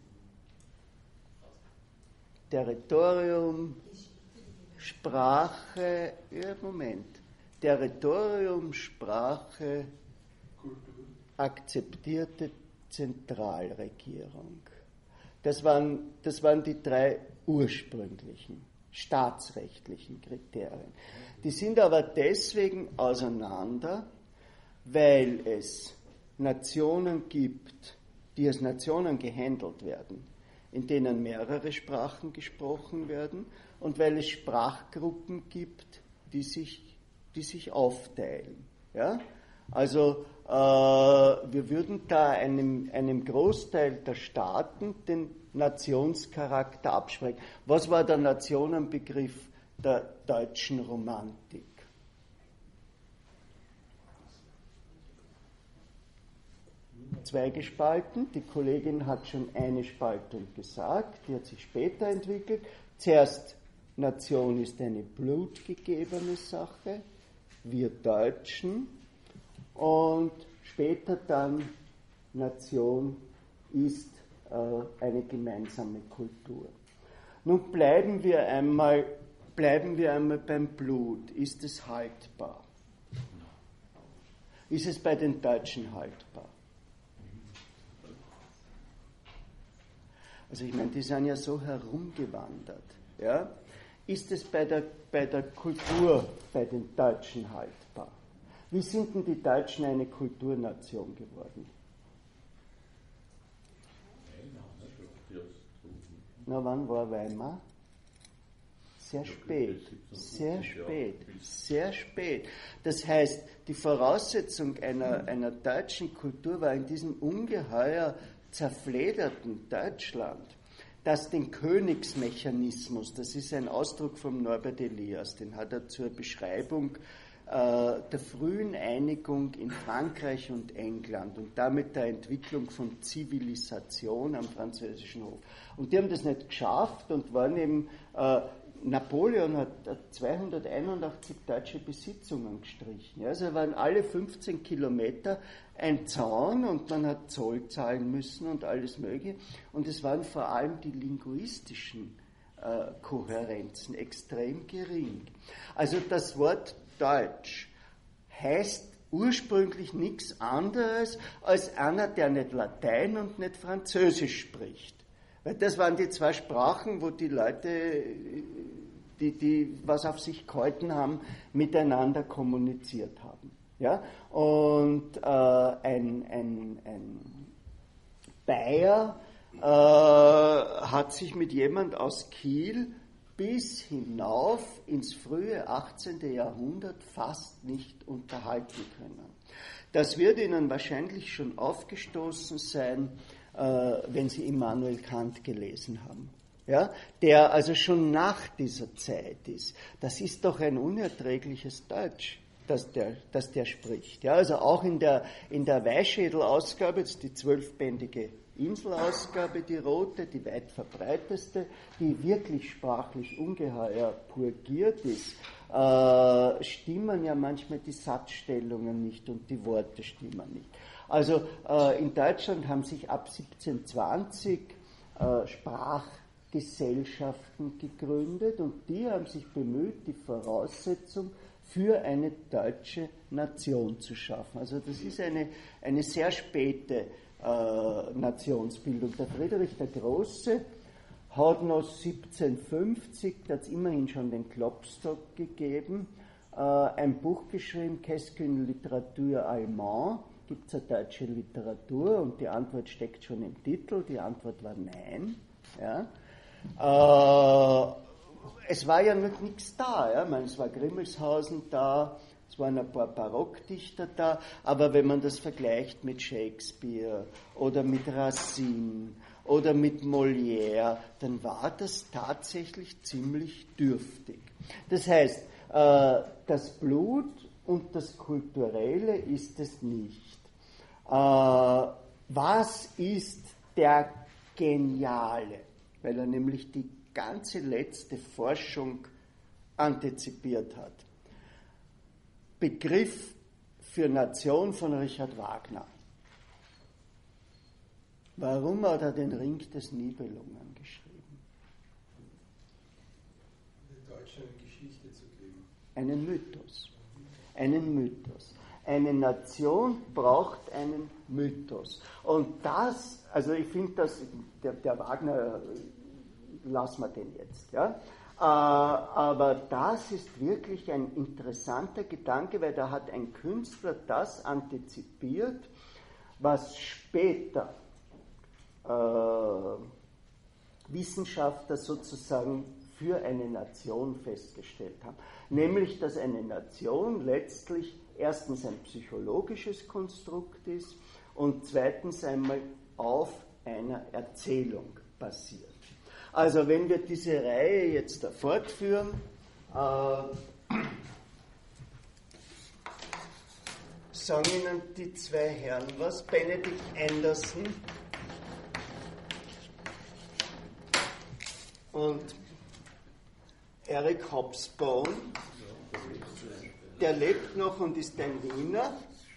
Territorium, Sprache, Territorium, Sprache, akzeptierte Zentralregierung. Das waren die drei ursprünglichen staatsrechtlichen Kriterien. Die sind aber deswegen auseinander, weil es Nationen gibt, die als Nationen gehandelt werden, in denen mehrere Sprachen gesprochen werden und weil es Sprachgruppen gibt, die sich aufteilen. Ja? Also wir würden da einem Großteil der Staaten den Nationscharakter absprechen. Was war der Nationenbegriff der deutschen Romantik? Zweigespalten. Die Kollegin hat schon eine Spaltung gesagt, die hat sich später entwickelt. Zuerst, Nation ist eine blutgegebene Sache, wir Deutschen, und später dann, Nation ist eine gemeinsame Kultur. Nun bleiben wir einmal beim Blut. Ist es haltbar? Ist es bei den Deutschen haltbar? Also ich meine, die sind ja so herumgewandert. Ja? Ist es bei der Kultur bei den Deutschen haltbar? Wie sind denn die Deutschen eine Kulturnation geworden? Na, wann war Weimar? Sehr spät, sehr spät, sehr spät. Das heißt, die Voraussetzung einer deutschen Kultur war in diesem ungeheuer zerflederten Deutschland, dass den Königsmechanismus, das ist ein Ausdruck von Norbert Elias, den hat er zur Beschreibung der frühen Einigung in Frankreich und England und damit der Entwicklung von Zivilisation am französischen Hof. Und die haben das nicht geschafft und waren eben, Napoleon hat 281 deutsche Besitzungen gestrichen. Ja, also waren alle 15 Kilometer ein Zaun und man hat Zoll zahlen müssen und alles Mögliche. Und es waren vor allem die linguistischen Kohärenzen extrem gering. Also das Wort Deutsch heißt ursprünglich nichts anderes als einer, der nicht Latein und nicht Französisch spricht. Weil das waren die zwei Sprachen, wo die Leute, die was auf sich gehalten haben, miteinander kommuniziert haben. Ja? Und ein Bayer hat sich mit jemand aus Kiel bis hinauf ins frühe 18. Jahrhundert fast nicht unterhalten können. Das wird Ihnen wahrscheinlich schon aufgestoßen sein, wenn Sie Immanuel Kant gelesen haben. Ja? Der also schon nach dieser Zeit ist. Das ist doch ein unerträgliches Deutsch, das der spricht. Ja? Also auch in der Weißschädel-Ausgabe, jetzt die 12-bändige Inselausgabe, die rote, die weit verbreiteste, die wirklich sprachlich ungeheuer purgiert ist, stimmen ja manchmal die Satzstellungen nicht und die Worte stimmen nicht. Also in Deutschland haben sich ab 1720 Sprachgesellschaften gegründet und die haben sich bemüht, die Voraussetzung für eine deutsche Nation zu schaffen. Also das ist eine sehr späte Nationsbildung. Der Friedrich der Große hat noch 1750, da hat es immerhin schon den Klopstock gegeben, ein Buch geschrieben, Qu'est-ce qu'une littérature allemande? Gibt es eine deutsche Literatur? Und die Antwort steckt schon im Titel, die Antwort war nein. Ja. Es war ja noch nichts da, ja? Ich meine, es war Grimmelshausen da, es waren ein paar Barockdichter da, aber wenn man das vergleicht mit Shakespeare oder mit Racine oder mit Molière, dann war das tatsächlich ziemlich dürftig. Das heißt, das Blut und das Kulturelle ist es nicht. Was ist der Geniale? Weil er nämlich die ganze letzte Forschung antizipiert hat. Begriff für Nation von Richard Wagner. Warum hat er den Ring des Nibelungen geschrieben? Den Deutschen eine Geschichte zu geben. Einen Mythos. Einen Mythos. Eine Nation braucht einen Mythos. Und das, also ich finde das, der Wagner, lassen wir den jetzt, ja. Aber das ist wirklich ein interessanter Gedanke, weil da hat ein Künstler das antizipiert, was später Wissenschaftler sozusagen für eine Nation festgestellt haben. Nämlich, dass eine Nation letztlich erstens ein psychologisches Konstrukt ist und zweitens einmal auf einer Erzählung basiert. Also wenn wir diese Reihe jetzt fortführen, sagen Ihnen die zwei Herren was, Benedict Anderson und Eric Hobsbawm, der lebt noch und ist ein Wiener.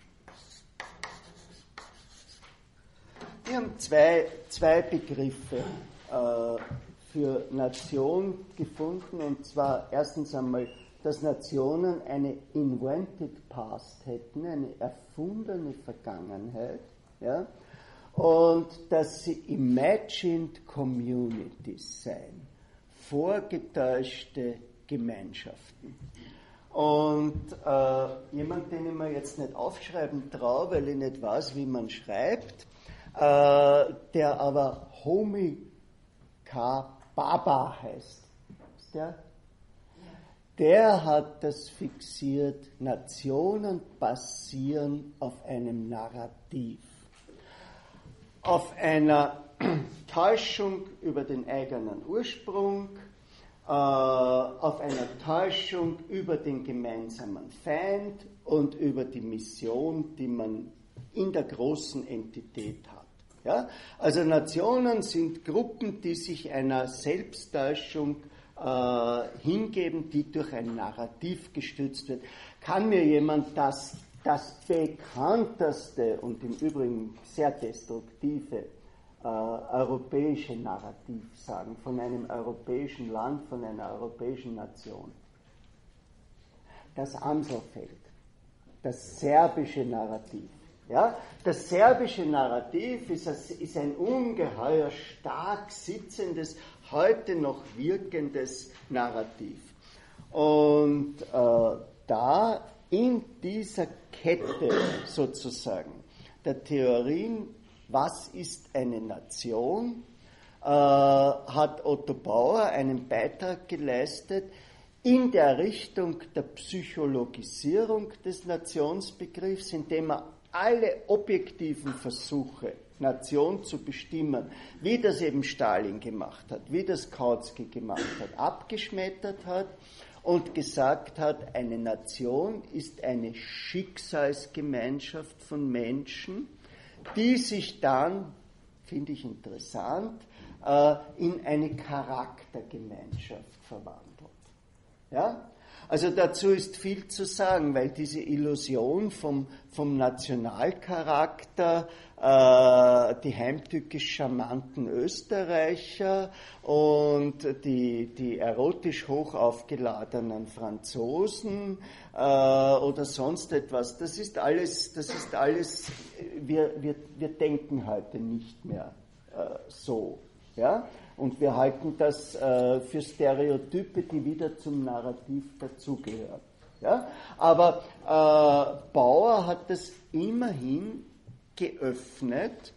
Die haben zwei Begriffe für Nation gefunden, und zwar erstens einmal, dass Nationen eine invented past hätten, eine erfundene Vergangenheit, ja, und dass sie imagined communities seien, vorgetäuschte Gemeinschaften. Und jemand, den ich mir jetzt nicht aufschreiben traue, weil ich nicht weiß, wie man schreibt, der aber Homi K. Baba heißt. Ist der der hat das fixiert, Nationen basieren auf einem Narrativ, auf einer Täuschung über den eigenen Ursprung, auf einer Täuschung über den gemeinsamen Feind und über die Mission, die man in der großen Entität hat. Ja? Also Nationen sind Gruppen, die sich einer Selbsttäuschung hingeben, die durch ein Narrativ gestützt wird. Kann mir jemand das bekannteste und im Übrigen sehr destruktive europäische Narrativ sagen, von einem europäischen Land, von einer europäischen Nation? Das Amselfeld, das serbische Narrativ. Ja? Das serbische Narrativ ist ein ungeheuer stark sitzendes, heute noch wirkendes Narrativ. Und da in dieser Kette sozusagen der Theorien, was ist eine Nation, hat Otto Bauer einen Beitrag geleistet in der Richtung der Psychologisierung des Nationsbegriffs, indem er alle objektiven Versuche, Nation zu bestimmen, wie das eben Stalin gemacht hat, wie das Kautsky gemacht hat, abgeschmettert hat und gesagt hat, eine Nation ist eine Schicksalsgemeinschaft von Menschen, die sich dann, finde ich interessant, in eine Charaktergemeinschaft verwandelt. Ja? Also dazu ist viel zu sagen, weil diese Illusion vom Nationalcharakter, die heimtückisch charmanten Österreicher und die erotisch hoch aufgeladenen Franzosen oder sonst etwas, das ist alles, wir denken heute nicht mehr so. Ja? Und wir halten das für Stereotype, die wieder zum Narrativ dazugehören. Ja? Aber Bauer hat das immerhin geöffnet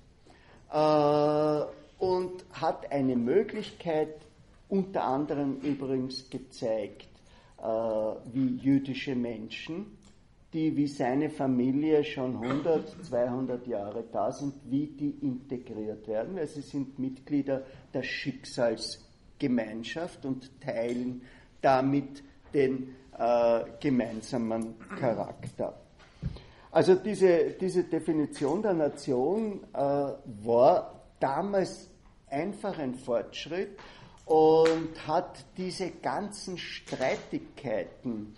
und hat eine Möglichkeit unter anderem übrigens gezeigt, wie jüdische Menschen, die wie seine Familie schon 100, 200 Jahre da sind, wie die integriert werden, weil sie sind Mitglieder der Schicksalsgemeinschaft und teilen damit den gemeinsamen Charakter. Also diese Definition der Nation war damals einfach ein Fortschritt und hat diese ganzen Streitigkeiten,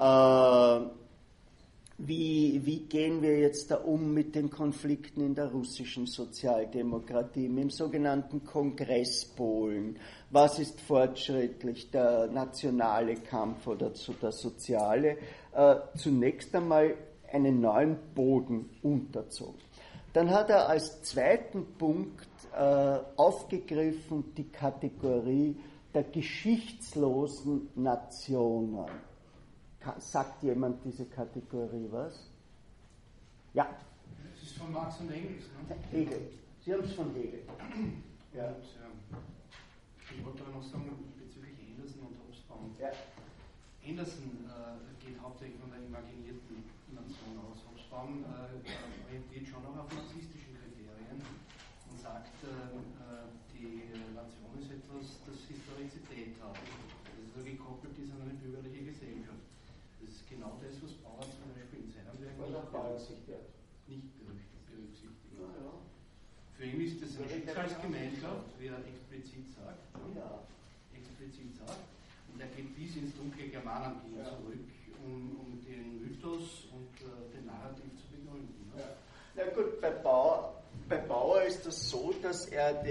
wie gehen wir jetzt da um mit den Konflikten in der russischen Sozialdemokratie, mit dem sogenannten Kongress Polen? Was ist fortschrittlich, der nationale Kampf oder der soziale? Zunächst einmal einen neuen Boden unterzogen. Dann hat er als zweiten Punkt aufgegriffen die Kategorie der geschichtslosen Nationen. Sagt jemand diese Kategorie was? Ja. Das ist von Marx und Engels, ne? Hegel. Sie haben es von Hegel. Ja. Ich wollte aber noch sagen, bezüglich Anderson und Hobsbawm. Ja. Anderson geht hauptsächlich von der imaginierten Nation aus. Hobsbawm orientiert schon noch auf marxistischen Kriterien und sagt, die Nation ist etwas, das Historizität hat. Das ist so gekoppelt ist an eine bürgerliche Gesellschaft. Das ist genau das, was Bauer zum Beispiel in seinem Werk nicht berücksichtigt. Ja. Für ihn ist das eine Schicksalsgemeinschaft, wie er explizit sagt. Ja. Und er geht bis ins dunkle Germanentum zurück, um den Mythos und den Narrativ zu begründen. Ne? Ja. Na gut, bei Bauer ist das so, dass er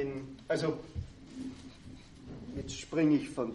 jetzt springe ich vom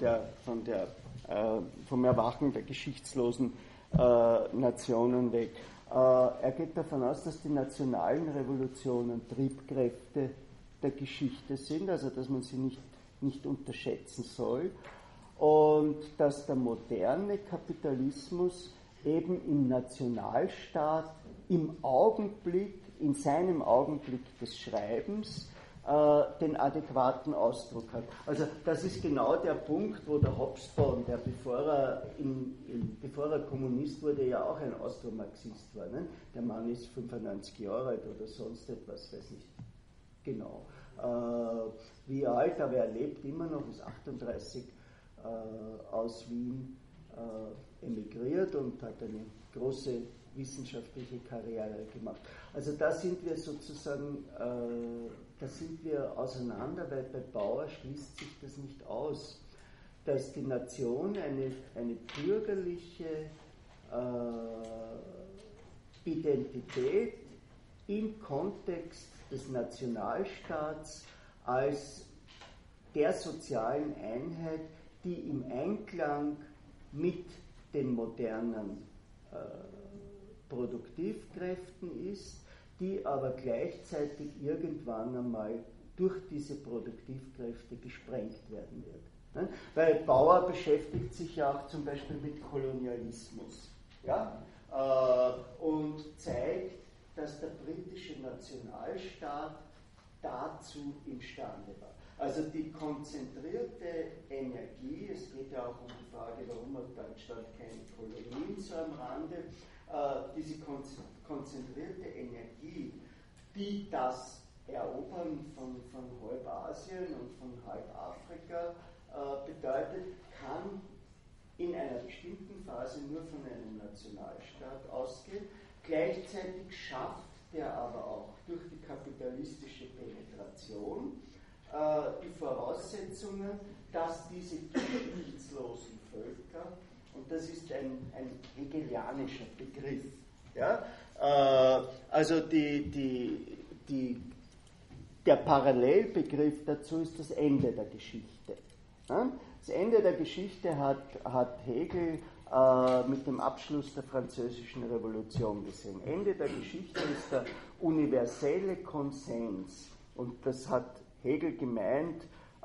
Erwachen der geschichtslosen Nationen weg. Er geht davon aus, dass die nationalen Revolutionen Triebkräfte der Geschichte sind, also dass man sie nicht unterschätzen soll und dass der moderne Kapitalismus eben im Nationalstaat in seinem Augenblick des Schreibens den adäquaten Ausdruck hat. Also das ist genau der Punkt, wo der Hobsbawm, der bevor er Kommunist wurde, ja auch ein Austromarxist war. Ne? Der Mann ist 95 Jahre alt oder sonst etwas, weiß nicht genau wie alt, aber er lebt immer noch, ist 38, aus Wien emigriert und hat eine große wissenschaftliche Karriere gemacht. Also da sind wir sozusagen, da sind wir auseinander, weil bei Bauer schließt sich das nicht aus, dass die Nation eine bürgerliche Identität im Kontext des Nationalstaats als der sozialen Einheit, die im Einklang mit den modernen Produktivkräften ist, die aber gleichzeitig irgendwann einmal durch diese Produktivkräfte gesprengt werden wird. Weil Bauer beschäftigt sich ja auch zum Beispiel mit Kolonialismus, ja? Und zeigt, dass der britische Nationalstaat dazu imstande war. Also die konzentrierte Energie, es geht ja auch um die Frage, warum hat Deutschland keine Kolonien so am Rande, diese konzentrierte Energie, die das Erobern von halb Asien und von halb Afrika bedeutet, kann in einer bestimmten Phase nur von einem Nationalstaat ausgehen. Gleichzeitig schafft der aber auch durch die kapitalistische Penetration die Voraussetzungen, dass diese geschichtslosen Völker, und das ist ein hegelianischer Begriff, ja? Also der Parallelbegriff dazu ist das Ende der Geschichte. Ja? Das Ende der Geschichte hat Hegel mit dem Abschluss der Französischen Revolution gesehen. Ende der Geschichte ist der universelle Konsens, und das hat Hegel gemeint,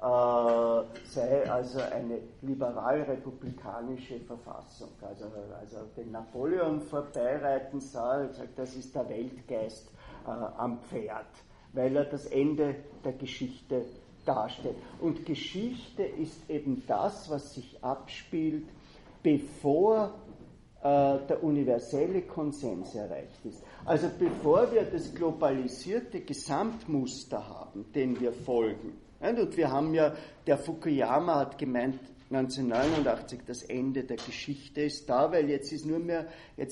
sei also eine liberal-republikanische Verfassung. Also den Napoleon vorbeireiten sah und sagt, das ist der Weltgeist am Pferd, weil er das Ende der Geschichte darstellt. Und Geschichte ist eben das, was sich abspielt, bevor der universelle Konsens erreicht ist. Also bevor wir das globalisierte Gesamtmuster haben, dem wir folgen. Und wir haben ja, der Fukuyama hat gemeint, 1989, das Ende der Geschichte ist da, weil jetzt ist nur mehr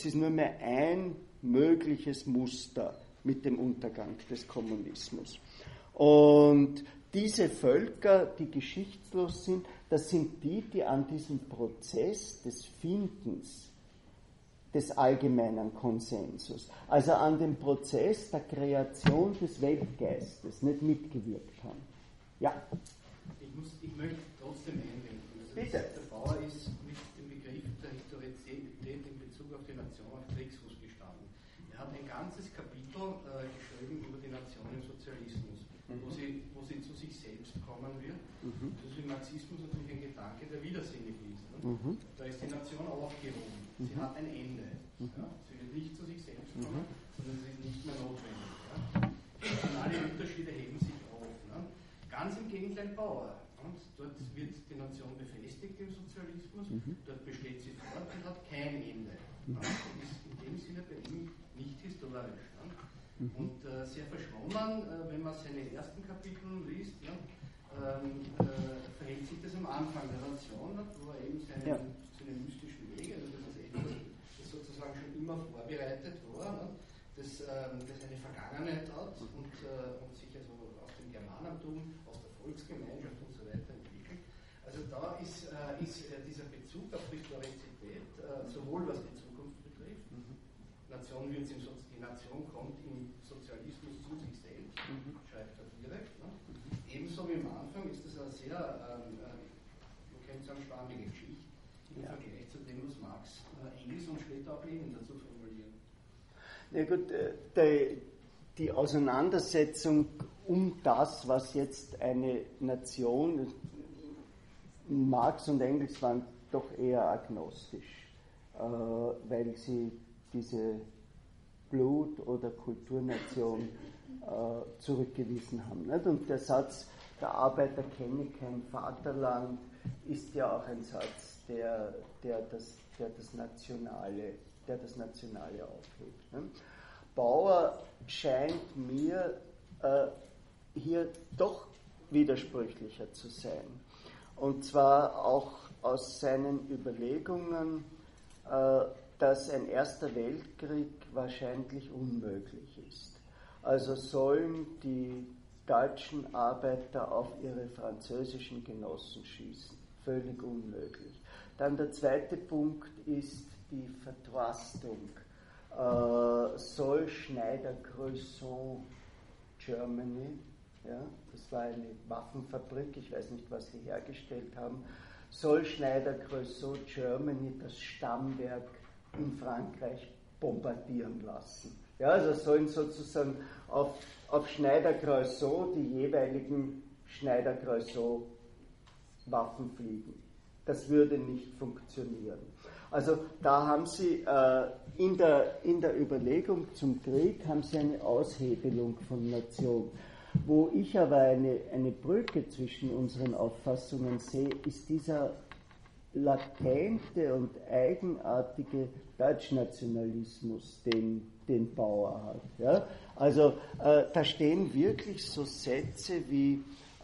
ein mögliches Muster mit dem Untergang des Kommunismus. Und diese Völker, die geschichtslos sind, das sind die an diesem Prozess des Findens des allgemeinen Konsensus, also an dem Prozess der Kreation des Weltgeistes nicht mitgewirkt haben. Ja? Ich möchte trotzdem einwenden. Also Bitte. Der Bauer ist mit dem Begriff der Historizität in Bezug auf die Nation auf Kriegsfuß gestanden. Er hat ein ganzes Kapitel geschrieben über die Nation im Sozialismus, wo sie zu sich selbst kommen wird. Das ist im Marxismus natürlich ein Gedanke, der widersinnig ist. Ne? Da ist die Nation aufgehoben. Sie hat ein Ende. Ja? Sie wird nicht zu sich selbst kommen, sondern sie ist nicht mehr notwendig. Ja? Nationale Unterschiede heben sich auf. Ne? Ganz im Gegenteil Bauer. Und dort wird die Nation befestigt im Sozialismus, dort besteht sie fort und hat kein Ende. Ja? Ist in dem Sinne bei ihm nicht historisch. Ja? Und sehr verschwommen, wenn man seine ersten Kapitel liest, ja, verhält sich das am Anfang der Nation, wo er eben seinen mystischen Weg, also das ist etwas, das sozusagen schon immer vorbereitet war, ne, das eine Vergangenheit hat und sich also aus dem Germanentum, aus der Volksgemeinschaft und so weiter entwickelt. Also da ist dieser Bezug auf Historizität, sowohl was die Zukunft betrifft, die Nation kommt im Sozialismus zu sich selbst, schreibt er direkt. Ne? Ebenso wie am Anfang ist das eine sehr, man könnte sagen, schwammige Geschichte im Vergleich zu dem, was Marx, Engels und später auch Lenin dazu formulieren. Ja gut, die Auseinandersetzung um das, was jetzt eine Nation, Marx und Engels waren doch eher agnostisch, weil sie diese Blut oder Kulturnation zurückgewiesen haben. Nicht? Und der Satz, der Arbeiter kenne kein Vaterland, ist ja auch ein Satz, der das Nationale aufhebt. Nicht? Bauer scheint mir hier doch widersprüchlicher zu sein. Und zwar auch aus seinen Überlegungen, dass ein Erster Weltkrieg wahrscheinlich unmöglich ist. Also sollen die deutschen Arbeiter auf ihre französischen Genossen schießen. Völlig unmöglich. Dann der zweite Punkt ist die Vertrostung. Soll Schneider-Cresson Germany, ja, das war eine Waffenfabrik, ich weiß nicht, was sie hergestellt haben, soll Schneider-Cresson Germany das Stammwerk in Frankreich bombardieren lassen. Ja, also sollen sozusagen auf Schneider-Cresson die jeweiligen Schneider-Cresson Waffen fliegen. Das würde nicht funktionieren. Also da haben Sie in der Überlegung zum Krieg haben Sie eine Aushebelung von Nation. Wo ich aber eine Brücke zwischen unseren Auffassungen sehe, ist dieser latente und eigenartige Deutschnationalismus, den Bauer hat. Ja? Also da stehen wirklich so Sätze wie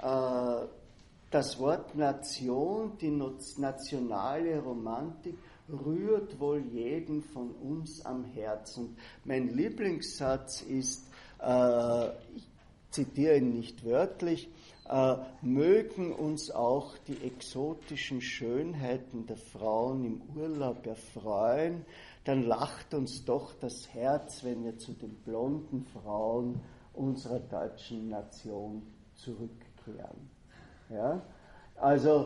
das Wort Nation, die nationale Romantik, rührt wohl jeden von uns am Herzen. Mein Lieblingssatz ist, ich zitiere ihn nicht wörtlich, mögen uns auch die exotischen Schönheiten der Frauen im Urlaub erfreuen, dann lacht uns doch das Herz, wenn wir zu den blonden Frauen unserer deutschen Nation zurückkehren. Ja? Also,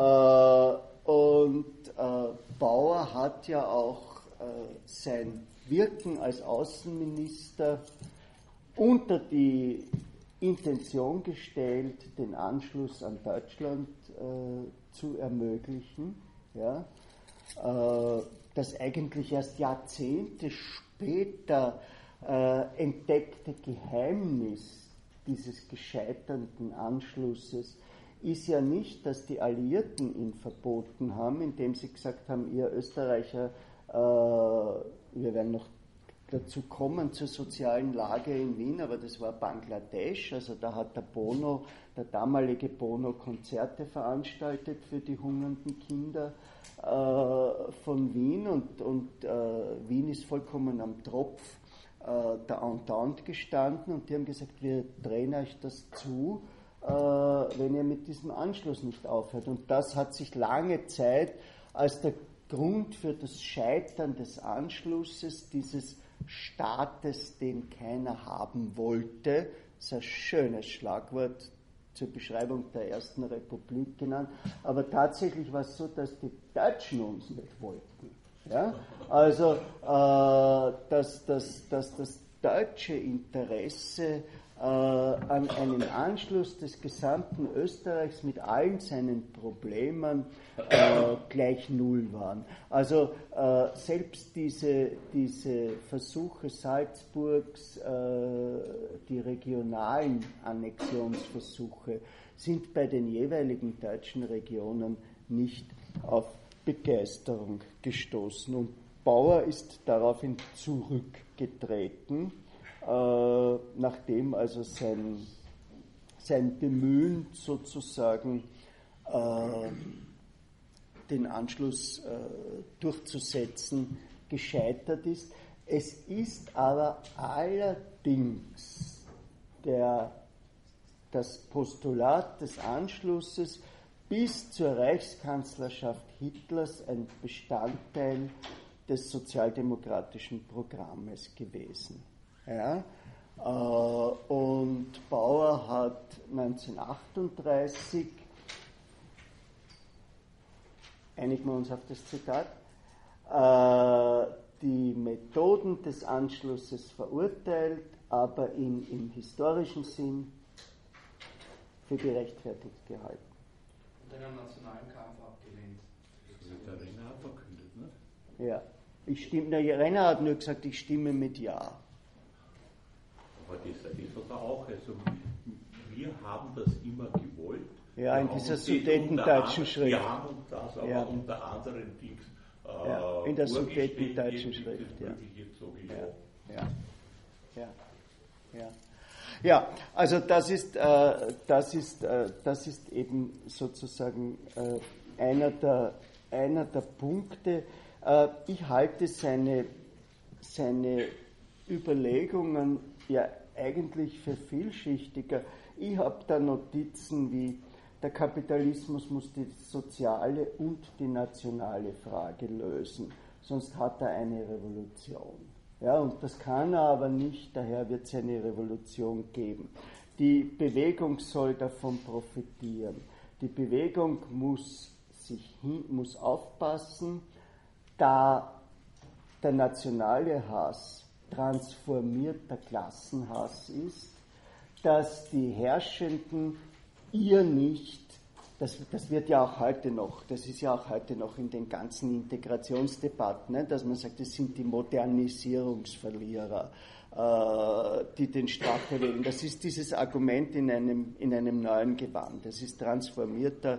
Bauer hat ja auch sein Wirken als Außenminister unter die Intention gestellt, den Anschluss an Deutschland zu ermöglichen. Ja? Das eigentlich erst Jahrzehnte später entdeckte Geheimnis dieses gescheiterten Anschlusses ist ja nicht, dass die Alliierten ihn verboten haben, indem sie gesagt haben, ihr Österreicher, wir werden noch dazu kommen zur sozialen Lage in Wien, aber das war Bangladesch, also da hat der damalige Bono, Konzerte veranstaltet für die hungernden Kinder von Wien und Wien ist vollkommen am Tropf der Entente gestanden und die haben gesagt, wir drehen euch das zu, wenn ihr mit diesem Anschluss nicht aufhört. Und das hat sich lange Zeit als der Grund für das Scheitern des Anschlusses dieses Staates, den keiner haben wollte, das ist ein schönes Schlagwort zur Beschreibung der Ersten Republik genannt, aber tatsächlich war es so, dass die Deutschen uns nicht wollten. Ja? Also, dass das deutsche Interesse an einen Anschluss des gesamten Österreichs mit allen seinen Problemen gleich null waren. Also selbst diese Versuche Salzburgs, die regionalen Annexionsversuche, sind bei den jeweiligen deutschen Regionen nicht auf Begeisterung gestoßen. Und Bauer ist daraufhin zurückgetreten, nachdem also sein Bemühen sozusagen den Anschluss durchzusetzen gescheitert ist. Es ist aber allerdings das Postulat des Anschlusses bis zur Reichskanzlerschaft Hitlers ein Bestandteil des sozialdemokratischen Programmes gewesen. Ja? Und Bauer hat 1938, einigen wir uns auf das Zitat, die Methoden des Anschlusses verurteilt, aber ihn im historischen Sinn für gerechtfertigt gehalten. Und einen nationalen Kampf abgelehnt. Das hat der Renner auch verkündet, ne? Ja. Renner hat nur gesagt, ich stimme mit Ja. Aber das ist aber auch, also wir haben das immer gewollt. Ja, in dieser sudetendeutschen Schrift. Wir haben das aber unter anderen Dings in der sudetendeutschen Schrift. Ja, also das ist eben sozusagen einer der Punkte. Ich halte seine Überlegungen ja eigentlich für vielschichtiger. Ich habe da Notizen wie: Der Kapitalismus muss die soziale und die nationale Frage lösen, sonst hat er eine Revolution. Ja, und das kann er aber nicht, daher wird es eine Revolution geben. Die Bewegung soll davon profitieren. Die Bewegung muss aufpassen, da der nationale Hass transformierter Klassenhass ist, dass die Herrschenden ihr nicht, das wird ja auch heute noch, das ist ja auch heute noch in den ganzen Integrationsdebatten, ne, dass man sagt, das sind die Modernisierungsverlierer, die den Stachel wählen. Das ist dieses Argument in einem neuen Gewand. Das ist transformierter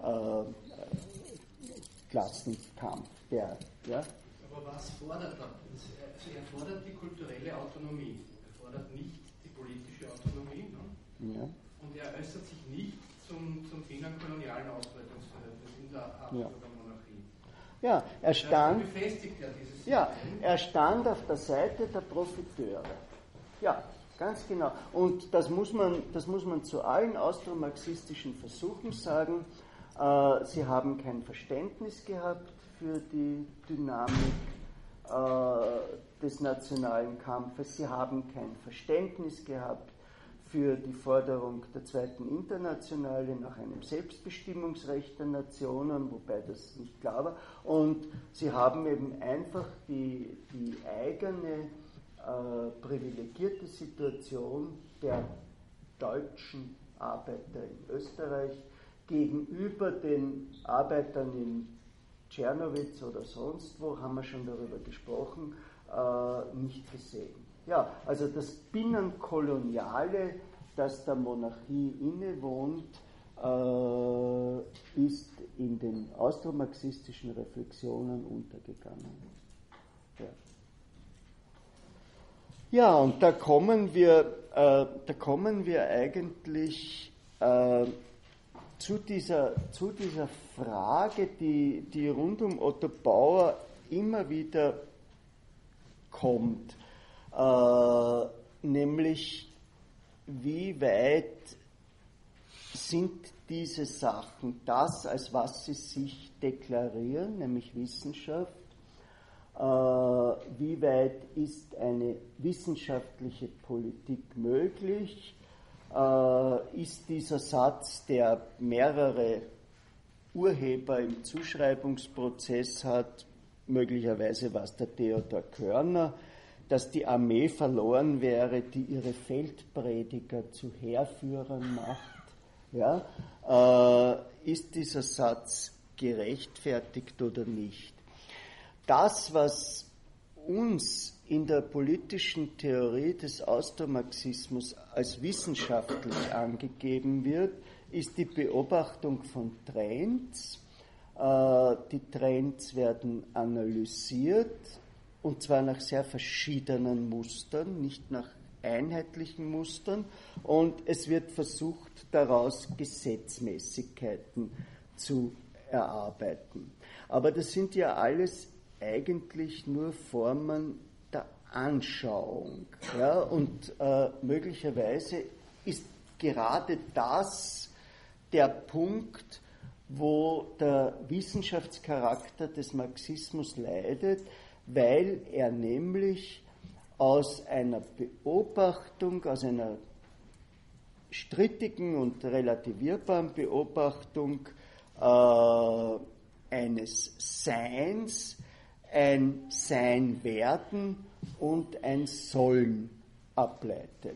Klassenkampf. Ja? Aber was fordert er? Also er fordert die kulturelle Autonomie, er fordert nicht die politische Autonomie. Ne? Ja. Und er äußert sich nicht zum Thema kolonialen Ausbeutungsverhältnis in der Habsburger Monarchie. Ja, er stand auf der Seite der Profiteure. Ja, ganz genau. Und das muss man zu allen austromarxistischen Versuchen sagen. Sie haben kein Verständnis gehabt für die Dynamik des nationalen Kampfes. Sie haben kein Verständnis gehabt für die Forderung der Zweiten Internationale nach einem Selbstbestimmungsrecht der Nationen, wobei das nicht klar war. Und sie haben eben einfach die eigene privilegierte Situation der deutschen Arbeiter in Österreich gegenüber den Arbeitern in Czernowitz oder sonst wo, haben wir schon darüber gesprochen, nicht gesehen. Ja, also das Binnenkoloniale, das der Monarchie innewohnt, ist in den austromarxistischen Reflexionen untergegangen. Ja, und da kommen wir eigentlich zu dieser Frage, die rund um Otto Bauer immer wieder kommt, nämlich wie weit sind diese Sachen das, als was sie sich deklarieren, nämlich Wissenschaft, wie weit ist eine wissenschaftliche Politik möglich, ist dieser Satz, der mehrere Urheber im Zuschreibungsprozess hat, möglicherweise war es der Theodor Körner, dass die Armee verloren wäre, die ihre Feldprediger zu Heerführern macht. Ja? Ist dieser Satz gerechtfertigt oder nicht? Das, was uns in der politischen Theorie des Austromarxismus als wissenschaftlich angegeben wird, ist die Beobachtung von Trends. Die Trends werden analysiert, und zwar nach sehr verschiedenen Mustern, nicht nach einheitlichen Mustern, und es wird versucht, daraus Gesetzmäßigkeiten zu erarbeiten. Aber das sind ja alles eigentlich nur Formen der Anschauung. Ja? Und möglicherweise ist gerade das der Punkt, wo der Wissenschaftscharakter des Marxismus leidet, weil er nämlich aus einer Beobachtung, aus einer strittigen und relativierbaren Beobachtung eines Seins ein Sein-Werden und ein Sollen ableitet.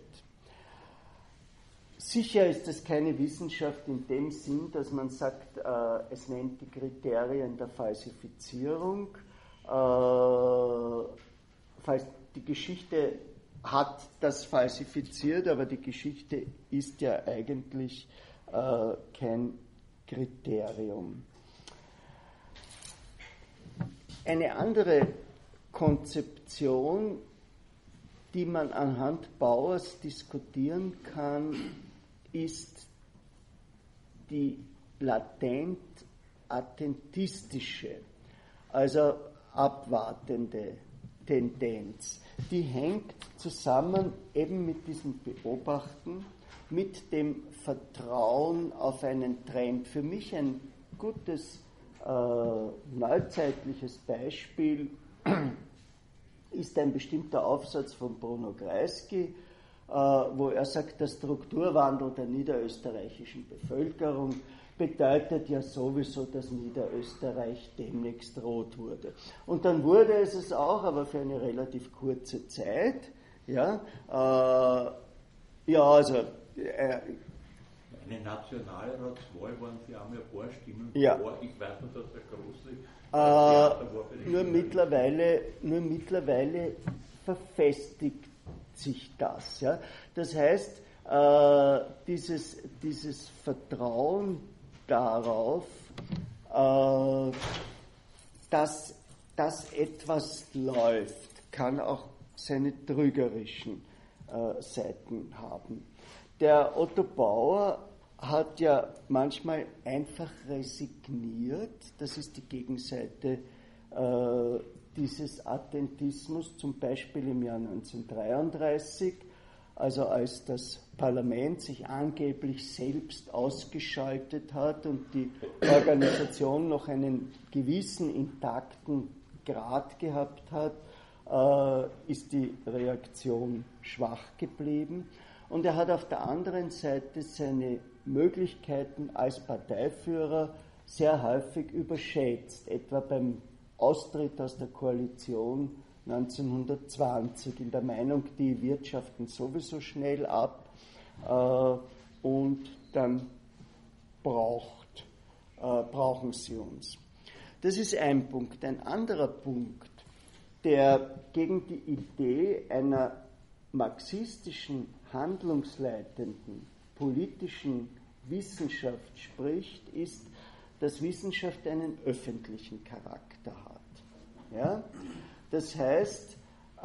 Sicher ist es keine Wissenschaft in dem Sinn, dass man sagt, es nennt die Kriterien der Falsifizierung, die Geschichte hat das falsifiziert, aber die Geschichte ist ja eigentlich kein Kriterium. Eine andere Konzeption, die man anhand Bauers diskutieren kann, ist die latent attentistische, also abwartende Tendenz. Die hängt zusammen eben mit diesem Beobachten, mit dem Vertrauen auf einen Trend. Für mich ein gutes neuzeitliches Beispiel ist ein bestimmter Aufsatz von Bruno Kreisky, wo er sagt, der Strukturwandel der niederösterreichischen Bevölkerung bedeutet ja sowieso, dass Niederösterreich demnächst rot wurde. Und dann wurde es auch, aber für eine relativ kurze Zeit. Ja, also eine Nationalratswahl waren Sie auch ein paar Stimmen ja. vor. Ich weiß noch, dass der große Theater war für die nur mittlerweile verfestigt sich das. Ja? Das heißt, dieses Vertrauen darauf, dass etwas läuft, kann auch seine trügerischen Seiten haben. Der Otto Bauer hat ja manchmal einfach resigniert, das ist die Gegenseite dieses Attentismus, zum Beispiel im Jahr 1933, also als das Parlament sich angeblich selbst ausgeschaltet hat und die Organisation noch einen gewissen intakten Grad gehabt hat, ist die Reaktion schwach geblieben. Und er hat auf der anderen Seite seine Möglichkeiten als Parteiführer sehr häufig überschätzt, etwa beim Austritt aus der Koalition 1920, in der Meinung, die wirtschaften sowieso schnell ab und dann brauchen sie uns. Das ist ein Punkt. Ein anderer Punkt, der gegen die Idee einer marxistischen, handlungsleitenden, politischen Wissenschaft spricht, ist, dass Wissenschaft einen öffentlichen Charakter hat. Ja? Das heißt,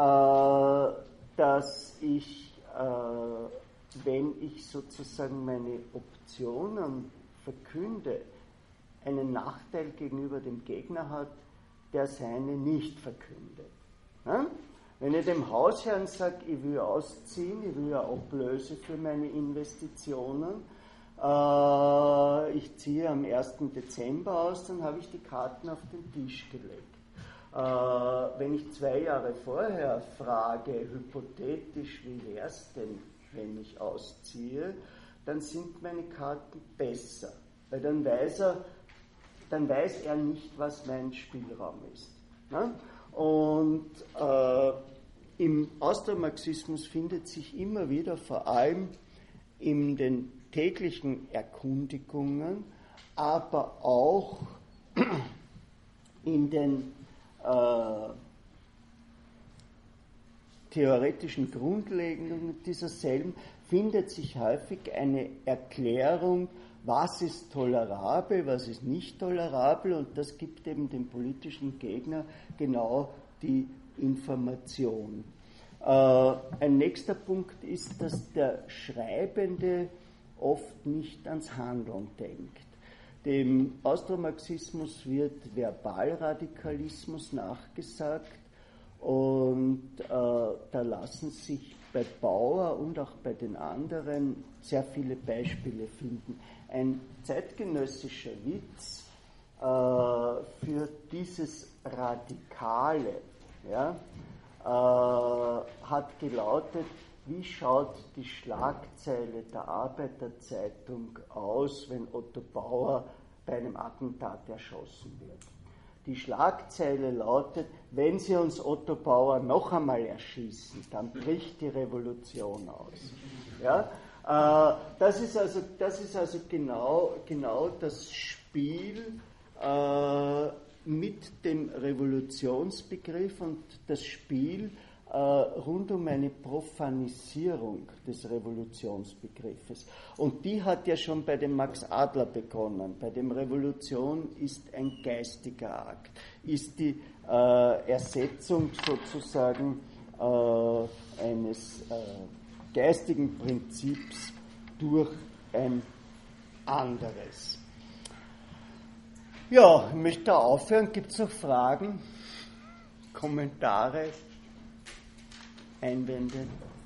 dass ich, wenn ich sozusagen meine Optionen verkünde, einen Nachteil gegenüber dem Gegner hat, der seine nicht verkündet. Ja? Wenn ich dem Hausherrn sage, ich will ausziehen, ich will eine Ablöse für meine Investitionen, ich ziehe am 1. Dezember aus, dann habe ich die Karten auf den Tisch gelegt. Wenn ich 2 Jahre vorher frage, hypothetisch, wie wäre es denn, wenn ich ausziehe, dann sind meine Karten besser, weil dann weiß er nicht, was mein Spielraum ist. Ne? Und im Austromarxismus findet sich immer wieder, vor allem in den täglichen Erkundigungen, aber auch in den theoretischen Grundlegungen dieser selben, findet sich häufig eine Erklärung, was ist tolerabel, was ist nicht tolerabel, und das gibt eben dem politischen Gegner genau die Information. Ein nächster Punkt ist, dass der Schreibende oft nicht ans Handeln denkt. Dem Austromarxismus wird Verbalradikalismus nachgesagt, und da lassen sich bei Bauer und auch bei den anderen sehr viele Beispiele finden. Ein zeitgenössischer Witz für dieses Radikale, ja, hat gelautet: Wie schaut die Schlagzeile der Arbeiterzeitung aus, wenn Otto Bauer bei einem Attentat erschossen wird? Die Schlagzeile lautet: Wenn sie uns Otto Bauer noch einmal erschießen, dann bricht die Revolution aus. Ja? Das ist also genau das Spiel mit dem Revolutionsbegriff und das Spiel rund um eine Profanisierung des Revolutionsbegriffes. Und die hat ja schon bei dem Max Adler begonnen. Bei dem Revolution ist ein geistiger Akt, ist die Ersetzung sozusagen eines geistigen Prinzips durch ein anderes. Ja, ich möchte da aufhören. Gibt es noch Fragen, Kommentare, Einwände?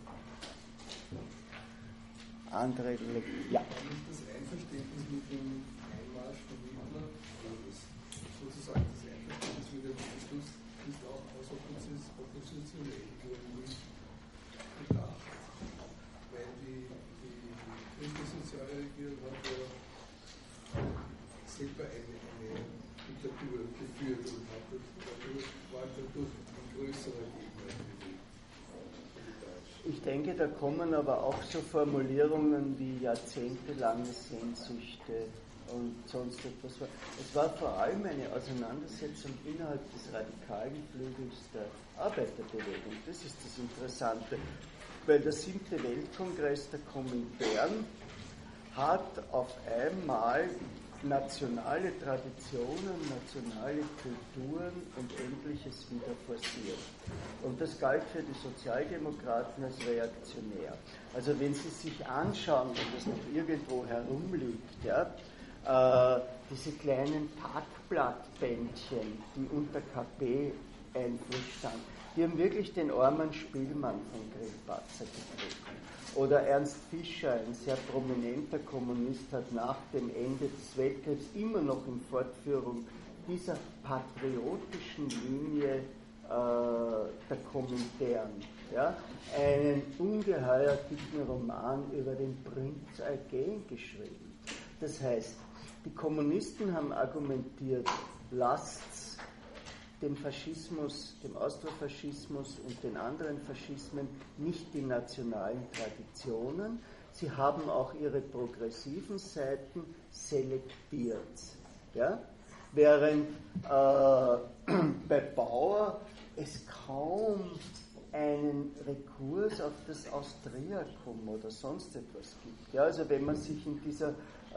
Andere? Ja. Das Einverständnis mit dem Einmarsch von Hitler, sozusagen das Einverständnis mit dem Beschluss, ist auch aus oppositionell gedacht. Weil die christlich-soziale Regierung hat ja selber eine Diktatur geführt und hat war dadurch ein größerer Gegner für die Deutschen. Ich denke, da kommen aber auch so Formulierungen wie jahrzehntelange Sehnsüchte und sonst etwas. Es war vor allem eine Auseinandersetzung innerhalb des radikalen Flügels der Arbeiterbewegung. Das ist das Interessante, weil der 7. Weltkongress der Komintern hat auf einmal nationale Traditionen, nationale Kulturen und Ähnliches wieder forciert. Und das galt für die Sozialdemokraten als reaktionär. Also wenn Sie sich anschauen, wenn das noch irgendwo herumliegt, ja, diese kleinen Tagblattbändchen, die unter KP-Einfluss standen, die haben wirklich den armen Spielmann von Grillparzer getroffen. Oder Ernst Fischer, ein sehr prominenter Kommunist, hat nach dem Ende des Weltkriegs immer noch in Fortführung dieser patriotischen Linie der Komintern einen ungeheuer dicken Roman über den Prinz Eugen geschrieben. Das heißt, die Kommunisten haben argumentiert, lasst dem Faschismus, dem Austrofaschismus und den anderen Faschismen nicht die nationalen Traditionen. Sie haben auch ihre progressiven Seiten selektiert. Ja? Während bei Bauer es kaum einen Rekurs auf das Austriacum oder sonst etwas gibt. Ja, also wenn man sich in dieser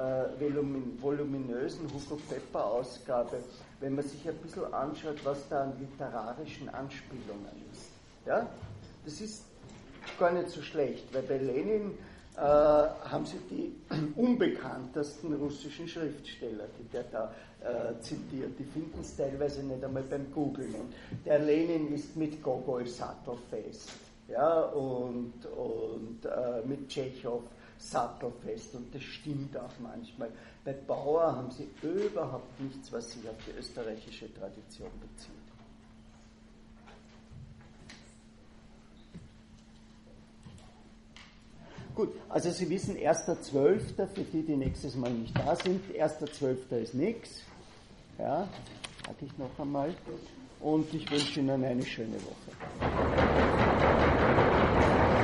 voluminösen Hugo Pepper Ausgabe, wenn man sich ein bisschen anschaut, was da an literarischen Anspielungen ist. Ja? Das ist gar nicht so schlecht, weil bei Lenin haben sie die unbekanntesten russischen Schriftsteller, die der da zitiert. Die finden es teilweise nicht einmal beim Googlen. Und der Lenin ist mit Gogol sattelfest, ja, und mit Tschechow sattelfest, und das stimmt auch manchmal. Bei Bauer haben sie überhaupt nichts, was sich auf die österreichische Tradition bezieht. Gut, also Sie wissen, 1.12., für die, die nächstes Mal nicht da sind, 1.12. ist nichts. Ja, sage ich noch einmal. Und ich wünsche Ihnen eine schöne Woche.